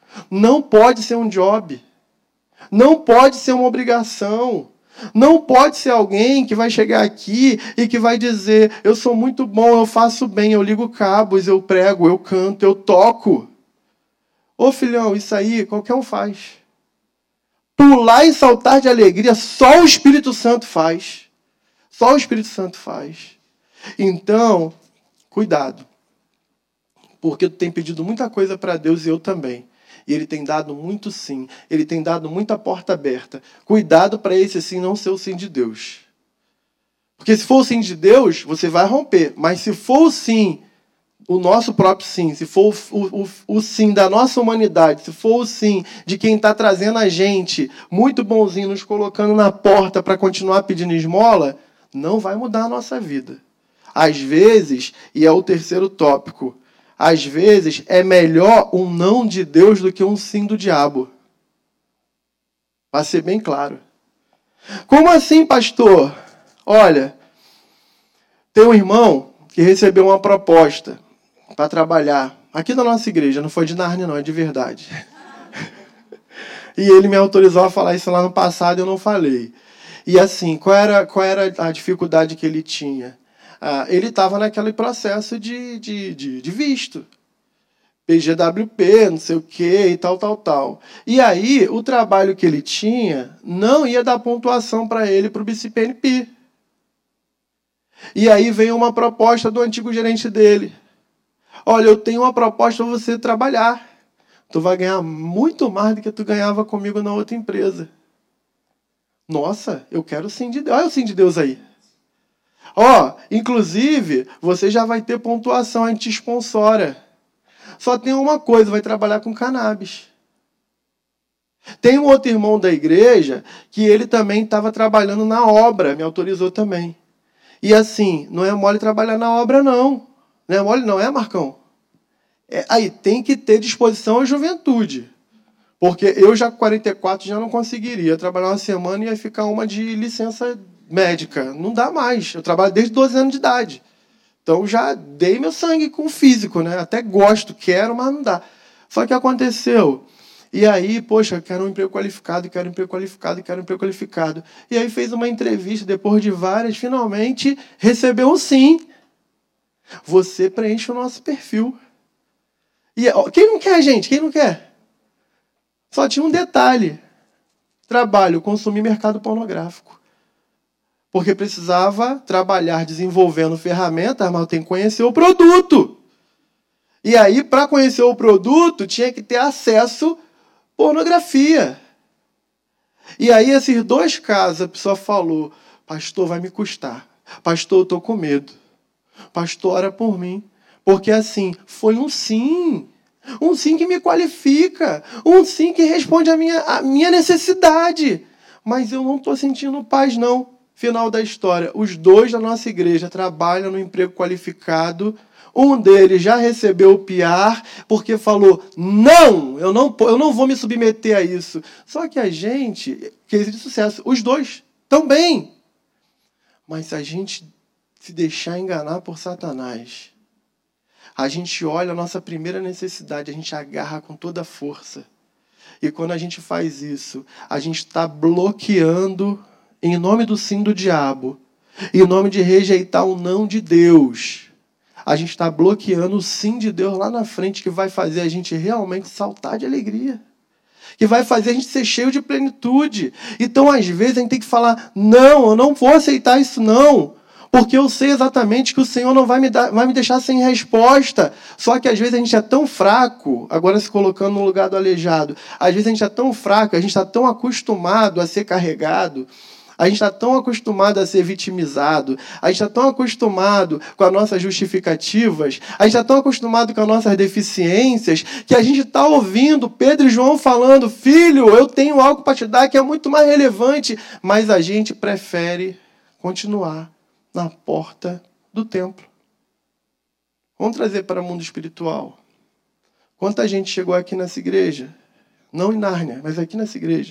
Não pode ser um job. Não pode ser uma obrigação. Não pode ser alguém que vai chegar aqui e que vai dizer: eu sou muito bom, eu faço bem, eu ligo cabos, eu prego, eu canto, eu toco. Ô filhão, isso aí qualquer um faz. Pular e saltar de alegria, só o Espírito Santo faz. Só o Espírito Santo faz. Então, cuidado. Porque tu tem pedido muita coisa para Deus e eu também. E Ele tem dado muito sim. Ele tem dado muita porta aberta. Cuidado para esse sim não ser o sim de Deus. Porque se for o sim de Deus, você vai romper. Mas se for o sim, o nosso próprio sim, se for o sim da nossa humanidade, se for o sim de quem está trazendo a gente, muito bonzinho, nos colocando na porta para continuar pedindo esmola, não vai mudar a nossa vida. Às vezes, e é o terceiro tópico, às vezes é melhor um não de Deus do que um sim do diabo. Para ser bem claro. Como assim, pastor? Olha, tem um irmão que recebeu uma proposta para trabalhar aqui na nossa igreja. Não foi de Nárnia, não, é de verdade. E ele me autorizou a falar isso lá no passado e eu não falei. E assim, qual era a dificuldade que ele tinha? Ele estava naquele processo de visto. PGWP, não sei o que, e tal. E aí, o trabalho que ele tinha não ia dar pontuação para ele para o BCPNP. E aí veio uma proposta do antigo gerente dele. Olha, eu tenho uma proposta para você trabalhar. Tu vai ganhar muito mais do que tu ganhava comigo na outra empresa. Nossa, eu quero o sim de Deus. Olha o sim de Deus aí. Inclusive, você já vai ter pontuação, a gente te sponsora. Só tem uma coisa, vai trabalhar com cannabis. Tem um outro irmão da igreja que ele também estava trabalhando na obra, me autorizou também. E assim, não é mole trabalhar na obra, não. Não é mole, não, é, Marcão? Aí tem que ter disposição à juventude. Porque eu já com 44 já não conseguiria trabalhar uma semana e ia ficar uma de licença médica. Não dá mais. Eu trabalho desde 12 anos de idade. Então já dei meu sangue com o físico, né? Até gosto, quero, mas não dá. Só que aconteceu. E aí, poxa, quero um emprego qualificado, quero um emprego qualificado, quero um emprego qualificado. E aí fez uma entrevista, depois de várias, finalmente recebeu um sim. Você preenche o nosso perfil. E quem não quer, gente? Quem não quer? Só tinha um detalhe. Trabalho, consumir mercado pornográfico. Porque precisava trabalhar desenvolvendo ferramentas, mas tem que conhecer o produto. E aí, para conhecer o produto, tinha que ter acesso à pornografia. E aí, esses dois casos, a pessoa falou: pastor, vai me custar. Pastor, eu estou com medo. Pastor, ora por mim. Porque assim, foi um sim. Um sim que me qualifica. Um sim que responde à minha necessidade. Mas eu não estou sentindo paz, não. Final da história. Os dois da nossa igreja trabalham no emprego qualificado. Um deles já recebeu o PR porque falou: não, eu não vou me submeter a isso. Só que a gente, case de sucesso, os dois também. Mas se a gente se deixar enganar por Satanás, a gente olha a nossa primeira necessidade, a gente agarra com toda a força. E quando a gente faz isso, a gente está bloqueando, em nome do sim do diabo, em nome de rejeitar o não de Deus, a gente está bloqueando o sim de Deus lá na frente, que vai fazer a gente realmente saltar de alegria, que vai fazer a gente ser cheio de plenitude. Então, às vezes, a gente tem que falar: não, eu não vou aceitar isso, não. Porque eu sei exatamente que o Senhor não vai me deixar sem resposta. Só que às vezes a gente é tão fraco, agora se colocando no lugar do aleijado, às vezes a gente é tão fraco, a gente está tão acostumado a ser carregado, a gente está tão acostumado a ser vitimizado, a gente está tão acostumado com as nossas justificativas, a gente está tão acostumado com as nossas deficiências, que a gente está ouvindo Pedro e João falando: filho, eu tenho algo para te dar que é muito mais relevante, mas a gente prefere continuar na porta do templo. Vamos trazer para o mundo espiritual. Quanta gente chegou aqui nessa igreja, não em Nárnia, mas aqui nessa igreja,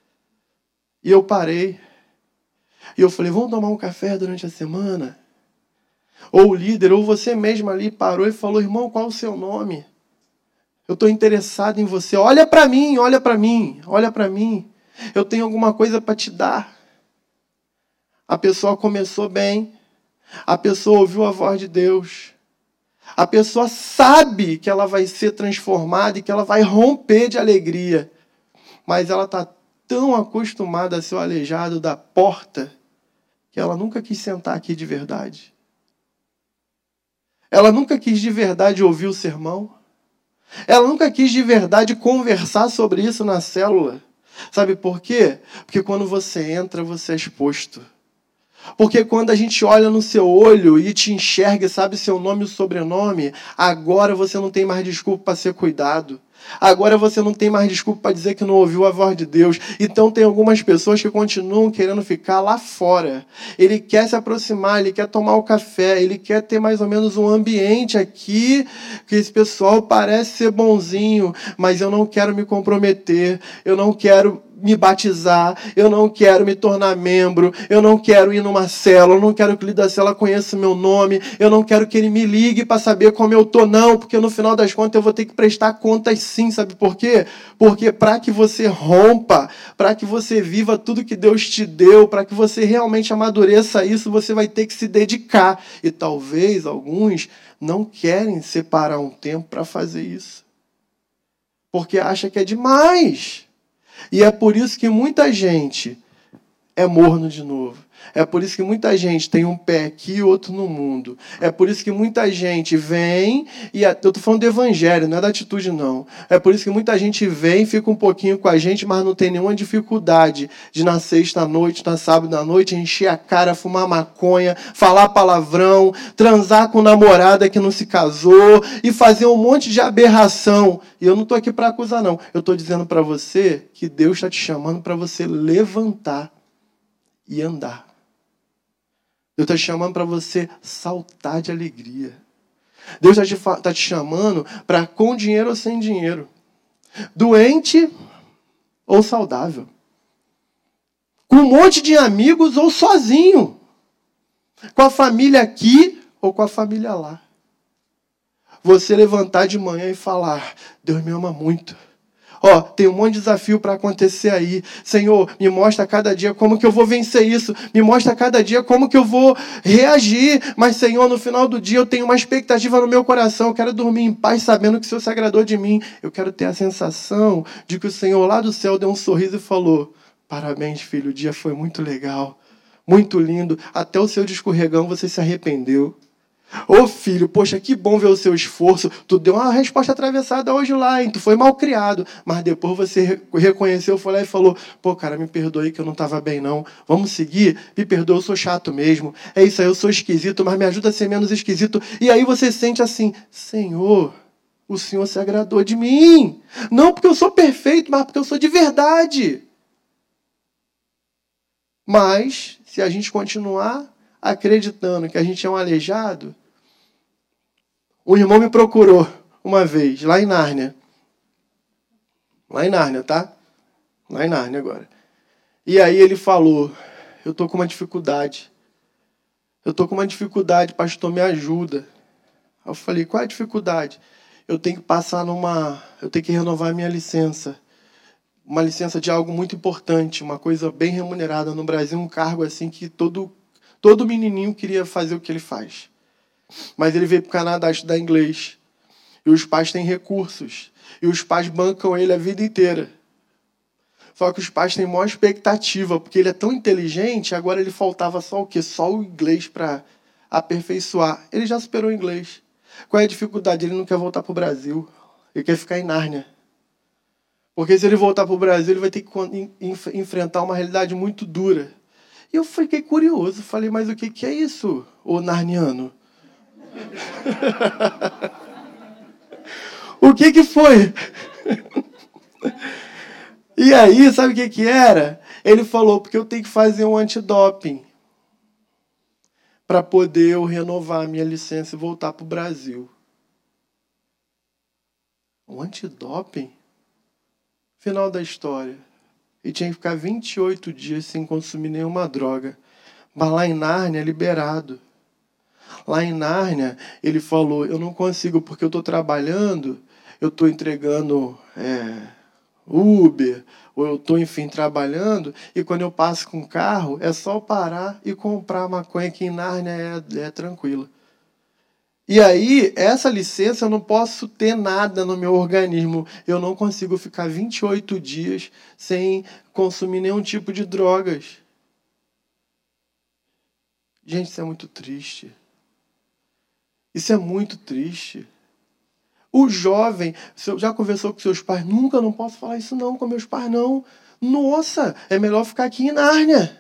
e eu parei, e eu falei: vamos tomar um café durante a semana? Ou o líder, ou você mesmo ali parou e falou: irmão, qual é o seu nome? Eu estou interessado em você. Olha para mim, olha para mim, olha para mim. Eu tenho alguma coisa para te dar. A pessoa começou bem. A pessoa ouviu a voz de Deus. A pessoa sabe que ela vai ser transformada e que ela vai romper de alegria. Mas ela está tão acostumada a ser o aleijado da porta que ela nunca quis sentar aqui de verdade. Ela nunca quis de verdade ouvir o sermão. Ela nunca quis de verdade conversar sobre isso na célula. Sabe por quê? Porque quando você entra, você é exposto. Porque quando a gente olha no seu olho e te enxerga e sabe seu nome e sobrenome, agora você não tem mais desculpa para ser cuidado. Agora você não tem mais desculpa para dizer que não ouviu a voz de Deus. Então tem algumas pessoas que continuam querendo ficar lá fora. Ele quer se aproximar, ele quer tomar o café, ele quer ter mais ou menos um ambiente aqui, que esse pessoal parece ser bonzinho, mas eu não quero me comprometer, eu não quero me batizar, eu não quero me tornar membro, eu não quero ir numa célula, eu não quero que o líder da célula conheça o meu nome, eu não quero que ele me ligue para saber como eu estou, não, porque no final das contas eu vou ter que prestar contas sim, sabe por quê? Porque para que você rompa, para que você viva tudo que Deus te deu, para que você realmente amadureça isso, você vai ter que se dedicar. E talvez alguns não querem separar um tempo para fazer isso, porque acha que é demais. E é por isso que muita gente é morno de novo. É por isso que muita gente tem um pé aqui e outro no mundo. É por isso que muita gente vem, e eu estou falando do evangelho, não é da atitude não. É por isso que muita gente vem, fica um pouquinho com a gente, mas não tem nenhuma dificuldade de na sexta-noite, na sábado-noite, encher a cara, fumar maconha, falar palavrão, transar com namorada que não se casou e fazer um monte de aberração. E eu não estou aqui para acusar não. Eu estou dizendo para você que Deus está te chamando para você levantar e andar. Deus está te chamando para você saltar de alegria. Deus está te chamando para com dinheiro ou sem dinheiro. Doente ou saudável. Com um monte de amigos ou sozinho. Com a família aqui ou com a família lá. Você levantar de manhã e falar: Deus me ama muito. Tem um monte de desafio para acontecer aí. Senhor, me mostra cada dia como que eu vou vencer isso. Me mostra cada dia como que eu vou reagir. Mas, Senhor, no final do dia eu tenho uma expectativa no meu coração. Eu quero dormir em paz sabendo que o Senhor se agradou de mim. Eu quero ter a sensação de que o Senhor lá do céu deu um sorriso e falou: parabéns, filho, o dia foi muito legal, muito lindo. Até o seu escorregão você se arrependeu. Ô filho, poxa, que bom ver o seu esforço. Tu deu uma resposta atravessada hoje lá, hein? Tu foi mal criado. Mas depois você reconheceu, foi lá e falou: pô, cara, me perdoe que eu não estava bem, não. Vamos seguir? Me perdoa, eu sou chato mesmo. É isso aí, eu sou esquisito, mas me ajuda a ser menos esquisito. E aí você sente assim: Senhor, o Senhor se agradou de mim. Não porque eu sou perfeito, mas porque eu sou de verdade. Mas, se a gente continuar acreditando que a gente é um aleijado... Um irmão me procurou uma vez, lá em Nárnia. Lá em Nárnia, tá? Lá em Nárnia agora. E aí ele falou: eu estou com uma dificuldade. Eu estou com uma dificuldade, pastor, me ajuda. Aí eu falei: qual é a dificuldade? Eu tenho que renovar a minha licença. Uma licença de algo muito importante, uma coisa bem remunerada no Brasil, um cargo assim que todo menininho queria fazer o que ele faz. Mas ele veio para o Canadá estudar inglês. E os pais têm recursos. E os pais bancam ele a vida inteira. Só que os pais têm maior expectativa, porque ele é tão inteligente, agora ele faltava só o quê? Só o inglês para aperfeiçoar. Ele já superou o inglês. Qual é a dificuldade? Ele não quer voltar para o Brasil. Ele quer ficar em Nárnia. Porque se ele voltar para o Brasil, ele vai ter que enfrentar uma realidade muito dura. E eu fiquei curioso. Falei: mas o que é isso, ô narniano? O que foi? E aí, sabe o que era? Ele falou: porque eu tenho que fazer um antidoping para poder eu renovar a minha licença e voltar para o Brasil. Um antidoping? Final da história. E tinha que ficar 28 dias sem consumir nenhuma droga. Mas lá em Nárnia é liberado. Lá em Nárnia, ele falou: eu não consigo porque eu estou trabalhando, eu estou entregando Uber, ou eu estou, enfim, trabalhando, e quando eu passo com o carro, é só eu parar e comprar maconha, que em Nárnia é tranquilo. E aí, essa licença, eu não posso ter nada no meu organismo. Eu não consigo ficar 28 dias sem consumir nenhum tipo de drogas. Gente, isso é muito triste. Isso é muito triste. O jovem, você já conversou com seus pais? Nunca, não posso falar isso não com meus pais, não. Nossa, é melhor ficar aqui em Nárnia.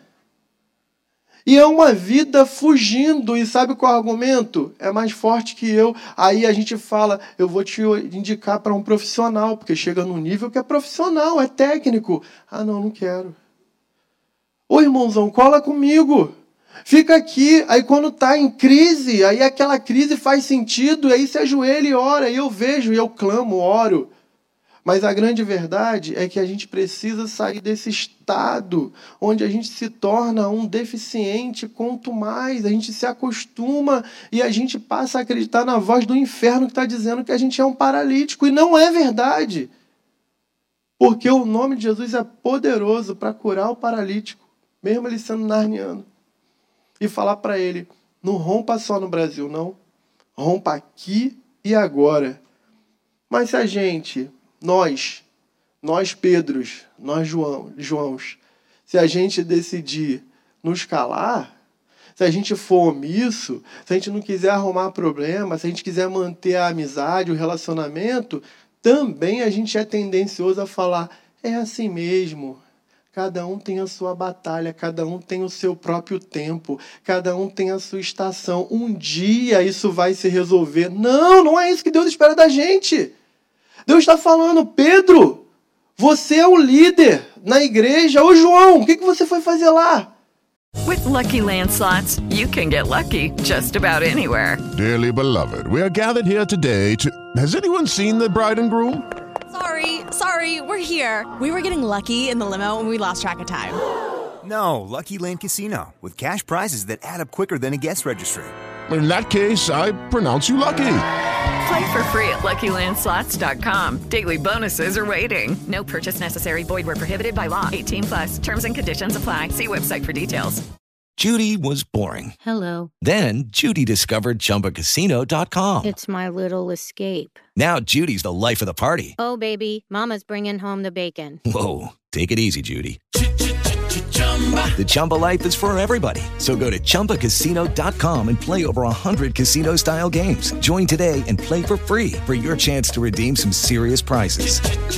E é uma vida fugindo. E sabe qual é o argumento? É mais forte que eu. Aí a gente fala, eu vou te indicar para um profissional, porque chega num nível que é profissional, é técnico. Ah, não quero. Ô, irmãozão, cola comigo. Fica aqui, aí quando está em crise, aí aquela crise faz sentido, aí se ajoelha e ora, e eu vejo, e eu clamo, oro. Mas a grande verdade é que a gente precisa sair desse estado onde a gente se torna um deficiente. Quanto mais a gente se acostuma e a gente passa a acreditar na voz do inferno que está dizendo que a gente é um paralítico, e não é verdade. Porque o nome de Jesus é poderoso para curar o paralítico, mesmo ele sendo narniano. E falar para ele, não rompa só no Brasil, não. Rompa aqui e agora. Mas se a gente, nós Pedros, nós Joãos, se a gente decidir nos calar, se a gente for omisso, se a gente não quiser arrumar problema, se a gente quiser manter a amizade, o relacionamento, também a gente é tendencioso a falar, é assim mesmo. Cada um tem a sua batalha, cada um tem o seu próprio tempo, cada um tem a sua estação. Um dia isso vai se resolver. Não é isso que Deus espera da gente. Deus está falando, Pedro, você é o líder na igreja. Ô João, o que você foi fazer lá? With Lucky Land Slots, you can get lucky just about anywhere. Dearly beloved, we are gathered here today to... Has anyone seen the bride and groom? Sorry, we're here. We were getting lucky in the limo and we lost track of time. No, Lucky Land Casino, with cash prizes that add up quicker than a guest registry. In that case, I pronounce you lucky. Play for free at LuckyLandSlots.com. Daily bonuses are waiting. No purchase necessary. Void where prohibited by law. 18+. Terms and conditions apply. See website for details. Judy was boring. Hello. Then Judy discovered ChumbaCasino.com. It's my little escape. Now Judy's the life of the party. Oh, baby, mama's bringing home the bacon. Whoa, take it easy, Judy. The Chumba life is for everybody. So go to ChumbaCasino.com and play over 100 casino-style games. Join today and play for free for your chance to redeem some serious prizes.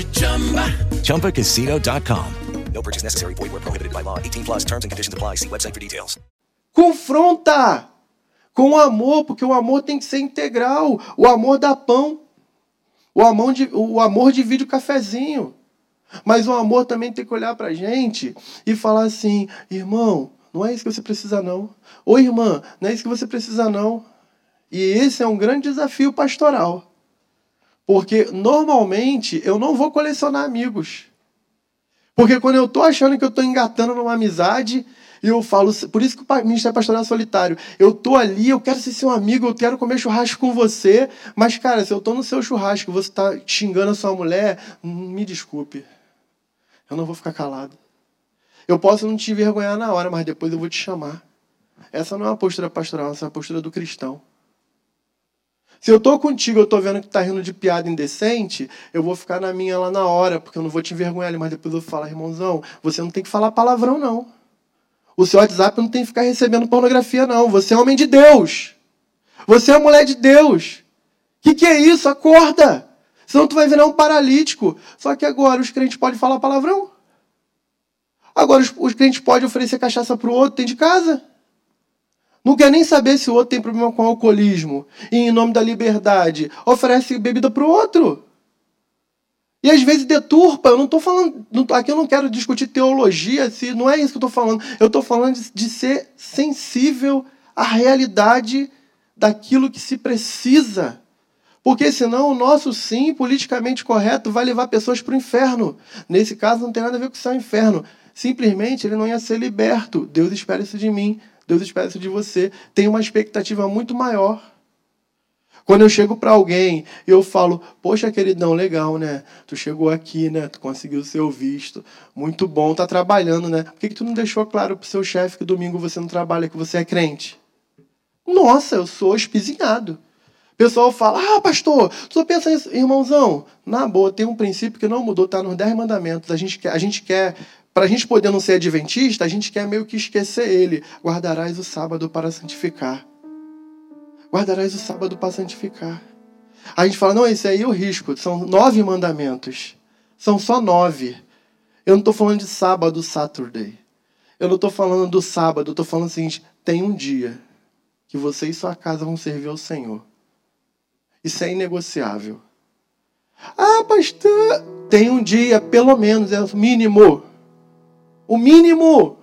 ChumbaCasino.com. No purchase necessary. Void where prohibited by law. 18+. Terms and conditions apply. See website for details. Confronta com o amor, porque o amor tem que ser integral. O amor dá pão. O amor divide o cafezinho. Mas o amor também tem que olhar pra gente e falar assim, irmão, não é isso que você precisa não. Ou irmã, não é isso que você precisa não. E esse é um grande desafio pastoral. Porque normalmente eu não vou colecionar amigos. Porque quando eu estou achando que eu estou engatando numa amizade, e eu falo, por isso que o ministério pastoral é solitário. Eu estou ali, eu quero ser seu amigo, eu quero comer churrasco com você, mas, cara, se eu estou no seu churrasco e você está xingando a sua mulher, me desculpe. Eu não vou ficar calado. Eu posso não te envergonhar na hora, mas depois eu vou te chamar. Essa não é uma postura pastoral, essa é uma postura do cristão. Se eu estou contigo, eu estou vendo que está rindo de piada indecente, eu vou ficar na minha lá na hora, porque eu não vou te envergonhar ali, mas depois eu vou falar, irmãozão, você não tem que falar palavrão, não. O seu WhatsApp não tem que ficar recebendo pornografia, não. Você é homem de Deus. Você é mulher de Deus. Que é isso? Acorda. Senão tu vai virar um paralítico. Só que agora os crentes podem falar palavrão. Agora os crentes podem oferecer cachaça para o outro dentro de casa. Não quer nem saber se o outro tem problema com alcoolismo. E em nome da liberdade, oferece bebida para o outro. E às vezes deturpa. Eu não estou falando... Aqui eu não quero discutir teologia. Não é isso que eu estou falando. Eu estou falando de ser sensível à realidade daquilo que se precisa. Porque senão o nosso sim politicamente correto vai levar pessoas para o inferno. Nesse caso não tem nada a ver com o céu e inferno. Simplesmente ele não ia ser liberto. Deus espera isso de mim. Deus espera isso de você. Tem uma expectativa muito maior. Quando eu chego para alguém e eu falo, poxa, queridão, legal, né? Tu chegou aqui, né? Tu conseguiu o seu visto. Muito bom, tá trabalhando, né? Por que tu não deixou claro pro seu chefe que domingo você não trabalha, que você é crente? Nossa, eu sou espizinhado. O pessoal fala, pastor, tu só pensa nisso. Irmãozão, na boa, tem um princípio que não mudou, tá nos 10 mandamentos. A gente quer, pra gente poder não ser adventista, a gente quer meio que esquecer ele. Guardarás o sábado para santificar. Guardarás o sábado para santificar. A gente fala, não, esse aí eu risco. São 9 mandamentos. São só 9. Eu não estou falando de sábado, Saturday. Eu não estou falando do sábado. Eu estou falando o seguinte, tem um dia que você e sua casa vão servir ao Senhor. Isso é inegociável. Pastor, tem um dia, pelo menos, é o mínimo. O mínimo.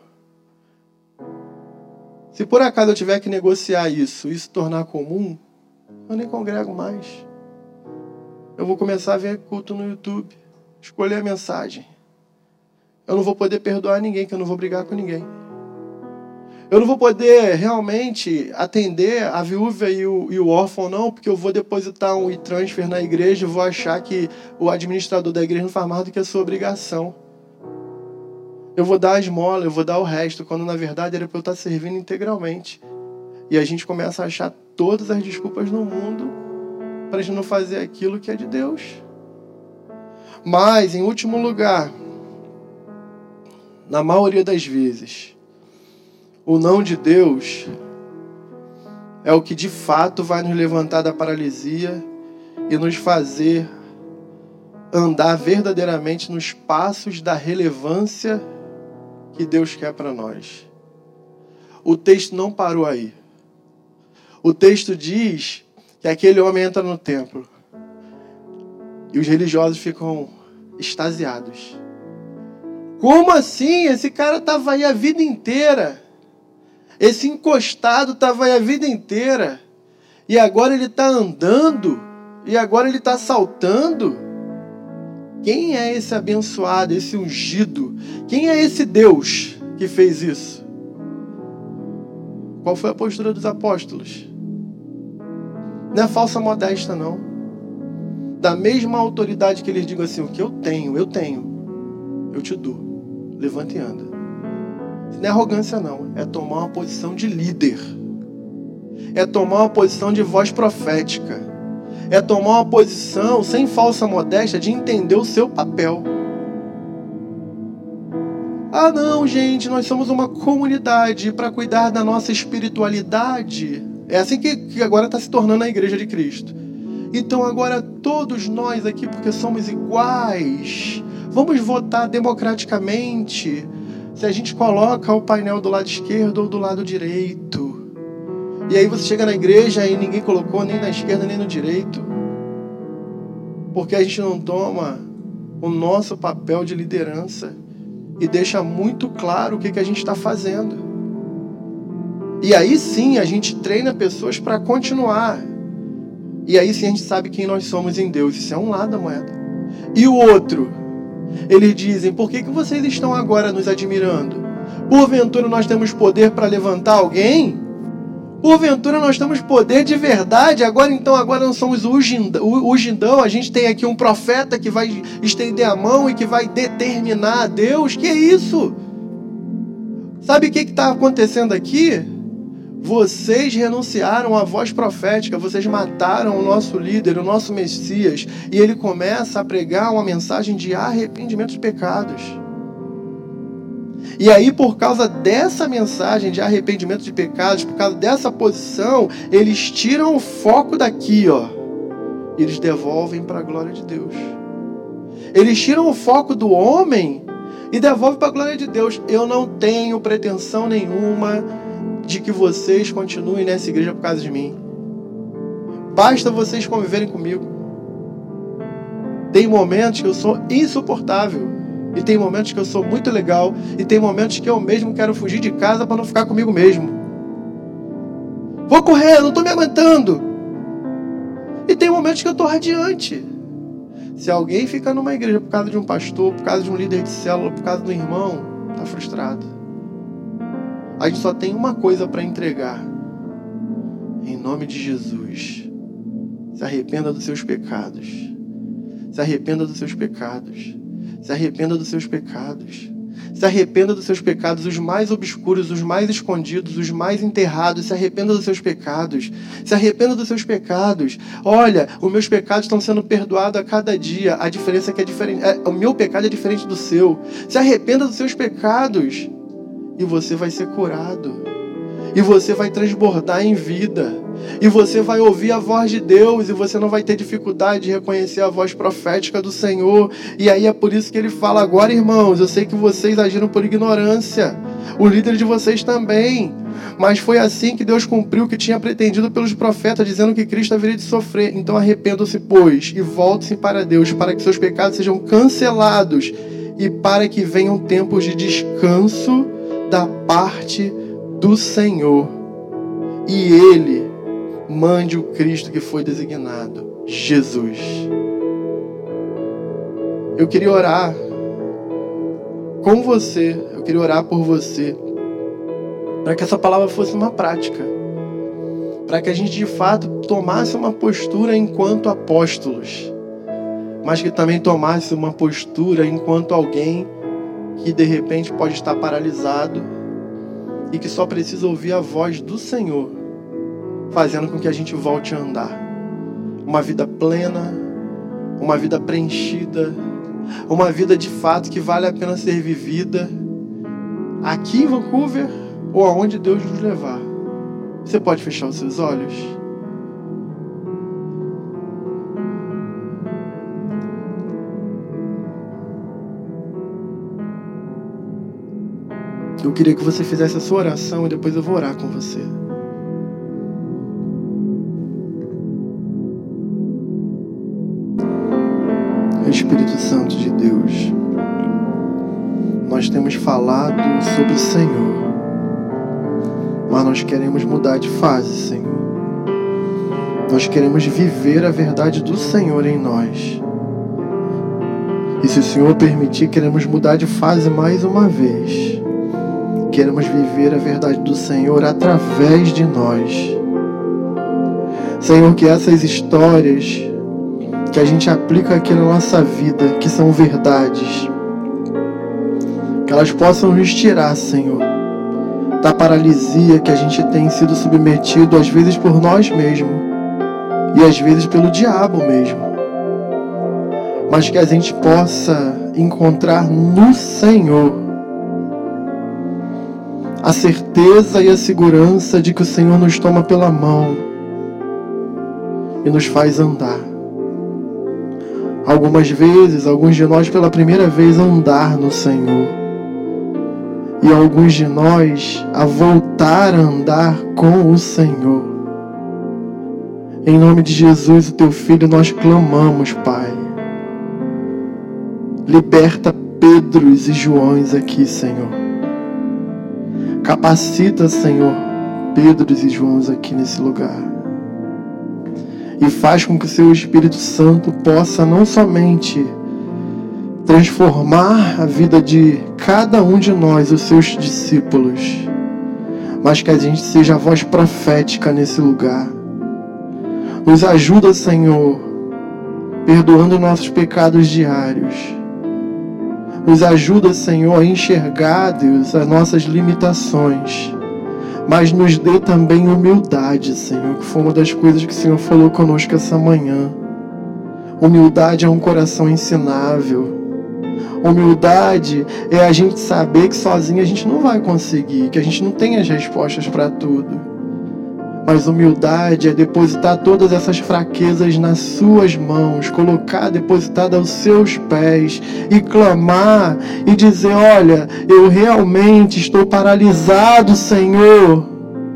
Se por acaso eu tiver que negociar isso tornar comum, eu nem congrego mais. Eu vou começar a ver culto no YouTube, escolher a mensagem. Eu não vou poder perdoar ninguém, que eu não vou brigar com ninguém. Eu não vou poder realmente atender a viúva e o órfão, não, porque eu vou depositar um e-transfer na igreja e vou achar que o administrador da igreja não faz mais do que a sua obrigação. Eu vou dar a esmola, eu vou dar o resto, quando na verdade era para eu estar servindo integralmente. E a gente começa a achar todas as desculpas no mundo para a gente não fazer aquilo que é de Deus. Mas, em último lugar, na maioria das vezes, o não de Deus é o que de fato vai nos levantar da paralisia e nos fazer andar verdadeiramente nos passos da relevância que Deus quer para nós. O texto não parou aí. O texto diz que aquele homem entra no templo e os religiosos ficam extasiados. Como assim? Esse cara estava aí a vida inteira. Esse encostado estava aí a vida inteira. E agora ele está andando. E agora ele está saltando. Quem é esse abençoado, esse ungido? Quem é esse Deus que fez isso? Qual foi a postura dos apóstolos? Não é falsa modéstia, não. Da mesma autoridade que eles digam assim, o que eu tenho, eu te dou. Levanta e anda. Não é arrogância, não. É tomar uma posição de líder. É tomar uma posição de voz profética. É tomar uma posição, sem falsa modéstia, de entender o seu papel. Não, gente, nós somos uma comunidade para cuidar da nossa espiritualidade. É assim que agora está se tornando a Igreja de Cristo. Então agora todos nós aqui, porque somos iguais, vamos votar democraticamente se a gente coloca o painel do lado esquerdo ou do lado direito. E aí você chega na igreja e ninguém colocou nem na esquerda nem no direito. Porque a gente não toma o nosso papel de liderança e deixa muito claro o que a gente está fazendo. E aí sim a gente treina pessoas para continuar. E aí sim a gente sabe quem nós somos em Deus. Isso é um lado da moeda. E o outro, eles dizem, por que vocês estão agora nos admirando? Porventura nós temos poder para levantar alguém? Porventura nós temos poder de verdade? Agora não somos o ungidão. A gente tem aqui um profeta que vai estender a mão e que vai determinar a Deus. Que é isso? Sabe o que está acontecendo aqui? Vocês renunciaram à voz profética, vocês mataram o nosso líder, o nosso Messias, e ele começa a pregar uma mensagem de arrependimento de pecados. E aí, por causa dessa mensagem de arrependimento de pecados, por causa dessa posição, eles tiram o foco daqui, e eles devolvem para a glória de Deus. Eles tiram o foco do homem e devolvem para a glória de Deus. Eu não tenho pretensão nenhuma de que vocês continuem nessa igreja por causa de mim. Basta vocês conviverem comigo. Tem momentos que eu sou insuportável. E tem momentos que eu sou muito legal. E tem momentos que eu mesmo quero fugir de casa para não ficar comigo mesmo. Vou correr, não estou me aguentando. E tem momentos que eu estou radiante. Se alguém fica numa igreja por causa de um pastor, por causa de um líder de célula, por causa do irmão, está frustrado. A gente só tem uma coisa para entregar. Em nome de Jesus. Se arrependa dos seus pecados. Se arrependa dos seus pecados. Se arrependa dos seus pecados. Se arrependa dos seus pecados, os mais obscuros, os mais escondidos, os mais enterrados. Se arrependa dos seus pecados. Se arrependa dos seus pecados. Olha, os meus pecados estão sendo perdoados a cada dia. A diferença é que é diferente. O meu pecado é diferente do seu. Se arrependa dos seus pecados. E você vai ser curado. E você vai transbordar em vida. E você vai ouvir a voz de Deus. E você não vai ter dificuldade de reconhecer a voz profética do Senhor. E aí é por isso que ele fala agora, irmãos, eu sei que vocês agiram por ignorância. O líder de vocês também. Mas foi assim que Deus cumpriu o que tinha pretendido pelos profetas, dizendo que Cristo haveria de sofrer. Então arrependam-se, pois, e voltem-se para Deus, para que seus pecados sejam cancelados e para que venham tempos de descanso da parte do Senhor, e Ele mande o Cristo que foi designado, Jesus. Eu queria orar com você, eu queria orar por você, para que essa palavra fosse uma prática, para que a gente de fato tomasse uma postura enquanto apóstolos, mas que também tomasse uma postura enquanto alguém que de repente pode estar paralisado e que só precisa ouvir a voz do Senhor, fazendo com que a gente volte a andar. Uma vida plena, uma vida preenchida, uma vida de fato que vale a pena ser vivida, aqui em Vancouver ou aonde Deus nos levar. Você pode fechar os seus olhos? Eu queria que você fizesse a sua oração e depois eu vou orar com você. Espírito Santo de Deus, nós temos falado sobre o Senhor, mas nós queremos mudar de fase, Senhor. Nós queremos viver a verdade do Senhor em nós. E se o Senhor permitir, queremos mudar de fase mais uma vez. Queremos viver a verdade do Senhor através de nós. Senhor, que essas histórias que a gente aplica aqui na nossa vida, que são verdades, que elas possam nos tirar, Senhor, da paralisia que a gente tem sido submetido, às vezes por nós mesmos, e às vezes pelo diabo mesmo. Mas que a gente possa encontrar no Senhor a certeza e a segurança de que o Senhor nos toma pela mão e nos faz andar. Algumas vezes, alguns de nós pela primeira vez andar no Senhor. E alguns de nós a voltar a andar com o Senhor. Em nome de Jesus, o Teu Filho, nós clamamos, Pai. Liberta Pedros e Joões aqui, Senhor. Capacita, Senhor, Pedros e Joões aqui nesse lugar. E faz com que o Seu Espírito Santo possa não somente transformar a vida de cada um de nós, os Seus discípulos, mas que a gente seja a voz profética nesse lugar. Nos ajuda, Senhor, perdoando nossos pecados diários. Nos ajuda, Senhor, a enxergar, Deus, as nossas limitações. Mas nos dê também humildade, Senhor, que foi uma das coisas que o Senhor falou conosco essa manhã. Humildade é um coração ensinável. Humildade é a gente saber que sozinho a gente não vai conseguir, que a gente não tem as respostas para tudo. Mas humildade é depositar todas essas fraquezas nas Suas mãos, colocar depositada aos Seus pés e clamar e dizer: olha, eu realmente estou paralisado, Senhor,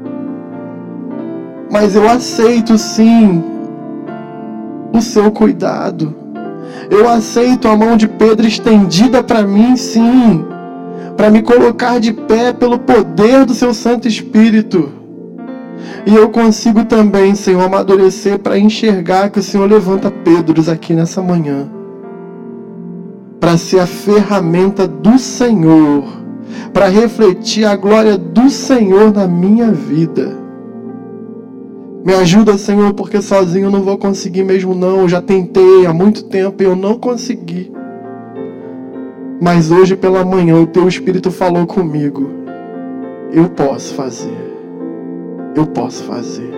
mas eu aceito sim o Seu cuidado. Eu aceito a mão de Pedro estendida para mim, sim, para me colocar de pé pelo poder do Seu Santo Espírito. E eu consigo também, Senhor, amadurecer para enxergar que o Senhor levanta Pedros aqui nessa manhã, para ser a ferramenta do Senhor, para refletir a glória do Senhor na minha vida. Me ajuda, Senhor, porque sozinho eu não vou conseguir mesmo não. Eu já tentei há muito tempo e eu não consegui. Mas hoje pela manhã o Teu Espírito falou comigo. Eu posso fazer. Eu posso fazer.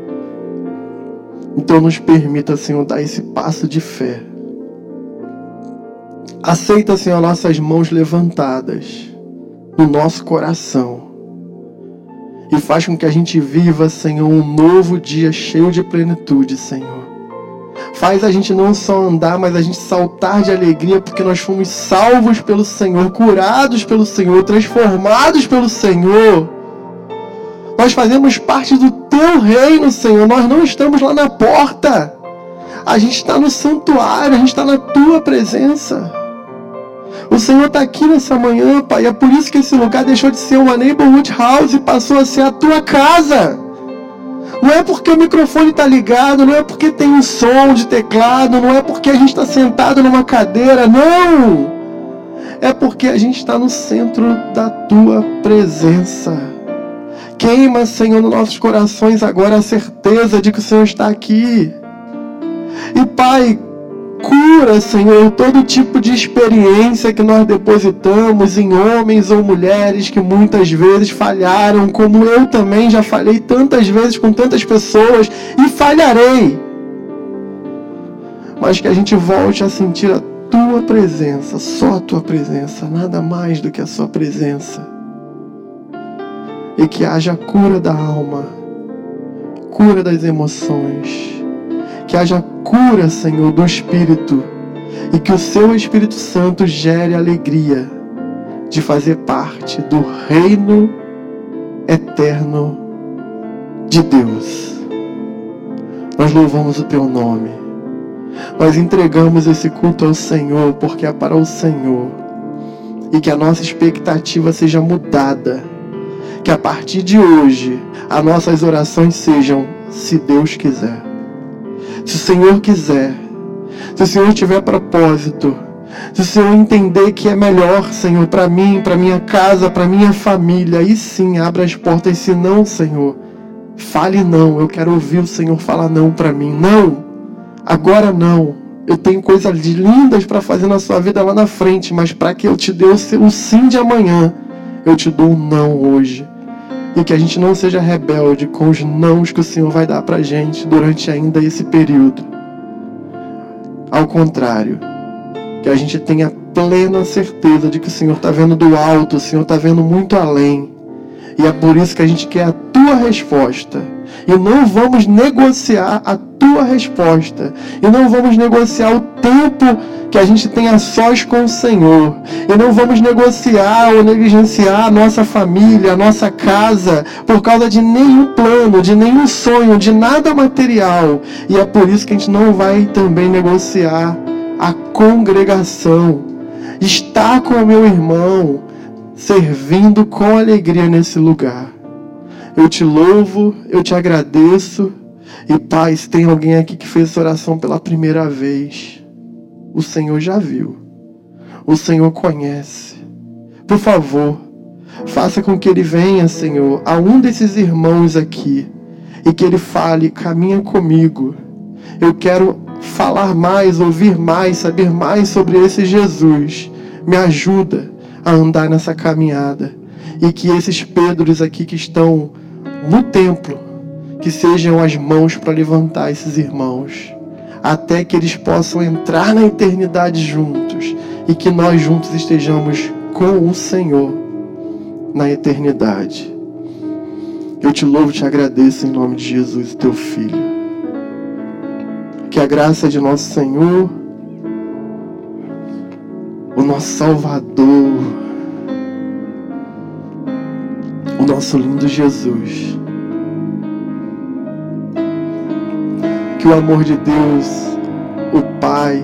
Então nos permita, Senhor, dar esse passo de fé. Aceita, Senhor, nossas mãos levantadas no nosso coração. E faz com que a gente viva, Senhor, um novo dia cheio de plenitude, Senhor. Faz a gente não só andar, mas a gente saltar de alegria, porque nós fomos salvos pelo Senhor, curados pelo Senhor, transformados pelo Senhor. Nós fazemos parte do Teu reino, Senhor. Nós não estamos lá na porta. A gente está no santuário, a gente está na Tua presença. O Senhor está aqui nessa manhã, Pai. É por isso que esse lugar deixou de ser uma neighborhood house e passou a ser a Tua casa. Não é porque o microfone está ligado, não é porque tem um som de teclado, não é porque a gente está sentado numa cadeira, não! É porque a gente está no centro da Tua presença. Queima, Senhor, nos nossos corações agora a certeza de que o Senhor está aqui. E, Pai, cura, Senhor, todo tipo de experiência que nós depositamos em homens ou mulheres que muitas vezes falharam, como eu também já falhei tantas vezes com tantas pessoas e falharei. Mas que a gente volte a sentir a Tua presença, só a Tua presença, nada mais do que a Sua presença. E que haja cura da alma, cura das emoções, que haja cura, Senhor, do Espírito, e que o Seu Espírito Santo gere alegria de fazer parte do reino eterno de Deus. Nós louvamos o Teu nome. Nós entregamos esse culto ao Senhor, porque é para o Senhor. E que a nossa expectativa seja mudada. Que a partir de hoje, as nossas orações sejam, se Deus quiser. Se o Senhor quiser, se o Senhor tiver propósito, se o Senhor entender que é melhor, Senhor, para mim, para minha casa, para minha família, aí sim, abra as portas. Se não, Senhor, fale não. Eu quero ouvir o Senhor falar não para mim. Não, agora não. Eu tenho coisas lindas para fazer na sua vida lá na frente, mas para que eu te dê o sim de amanhã, eu te dou um não hoje. E que a gente não seja rebelde com os nãos que o Senhor vai dar pra gente durante ainda esse período. Ao contrário, que a gente tenha plena certeza de que o Senhor está vendo do alto, o Senhor está vendo muito além. E é por isso que a gente quer a Tua resposta. E não vamos negociar a Tua resposta. E não vamos negociar o tempo que a gente tem a sós com o Senhor. E não vamos negociar ou negligenciar a nossa família, a nossa casa, por causa de nenhum plano, de nenhum sonho, de nada material. E é por isso que a gente não vai também negociar a congregação. Estar com o meu irmão, servindo com alegria nesse lugar. Eu te louvo, eu te agradeço. E Pai, se tem alguém aqui que fez essa oração pela primeira vez, o Senhor já viu, o Senhor conhece. Por favor, faça com que ele venha, Senhor, a um desses irmãos aqui, e que ele fale, caminha comigo. Eu quero falar mais, ouvir mais, saber mais sobre esse Jesus. Me ajuda a andar nessa caminhada. E que esses Pedros aqui que estão no templo, que sejam as mãos para levantar esses irmãos, até que eles possam entrar na eternidade juntos, e que nós juntos estejamos com o Senhor na eternidade. Eu te louvo e te agradeço em nome de Jesus, Teu Filho. Que a graça de nosso Senhor, o nosso Salvador, o nosso lindo Jesus, que o amor de Deus, o Pai,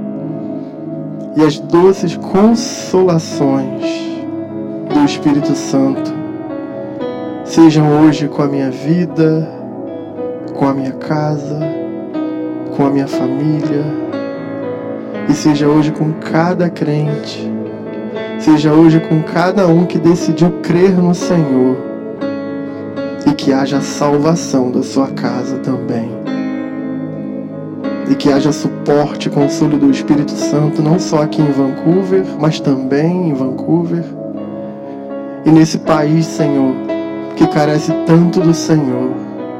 e as doces consolações do Espírito Santo sejam hoje com a minha vida, com a minha casa, com a minha família, e seja hoje com cada crente, seja hoje com cada um que decidiu crer no Senhor, e que haja salvação da sua casa também. E que haja suporte e consolo do Espírito Santo, não só aqui em Vancouver, mas também em Vancouver. E nesse país, Senhor, que carece tanto do Senhor.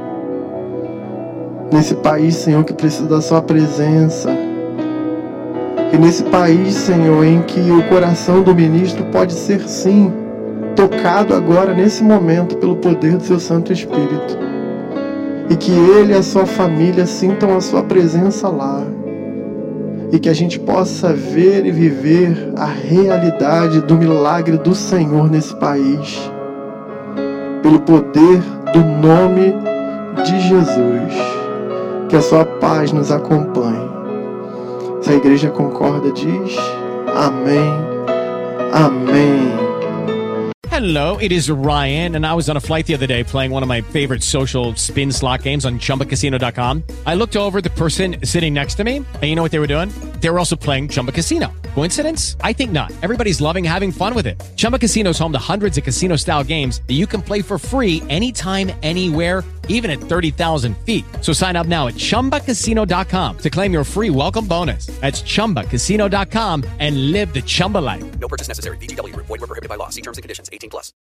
Nesse país, Senhor, que precisa da sua presença. E nesse país, Senhor, em que o coração do ministro pode ser, sim, tocado agora, nesse momento, pelo poder do seu Santo Espírito. E que ele e a sua família sintam a sua presença lá. E que a gente possa ver e viver a realidade do milagre do Senhor nesse país. Pelo poder do nome de Jesus. Que a sua paz nos acompanhe. Se a igreja concorda, diz amém, amém. Hello, it is Ryan, and I was on a flight the other day playing one of my favorite social spin slot games on ChumbaCasino.com. I looked over at the person sitting next to me, and you know what they were doing? They were also playing Chumba Casino. Coincidence? I think not. Everybody's loving having fun with it. Chumba Casino is home to hundreds of casino-style games that you can play for free anytime, anywhere, even at 30,000 feet. So sign up now at ChumbaCasino.com to claim your free welcome bonus. That's ChumbaCasino.com and live the Chumba life. No purchase necessary. VGW. Void where prohibited by law. See terms and conditions. 18+.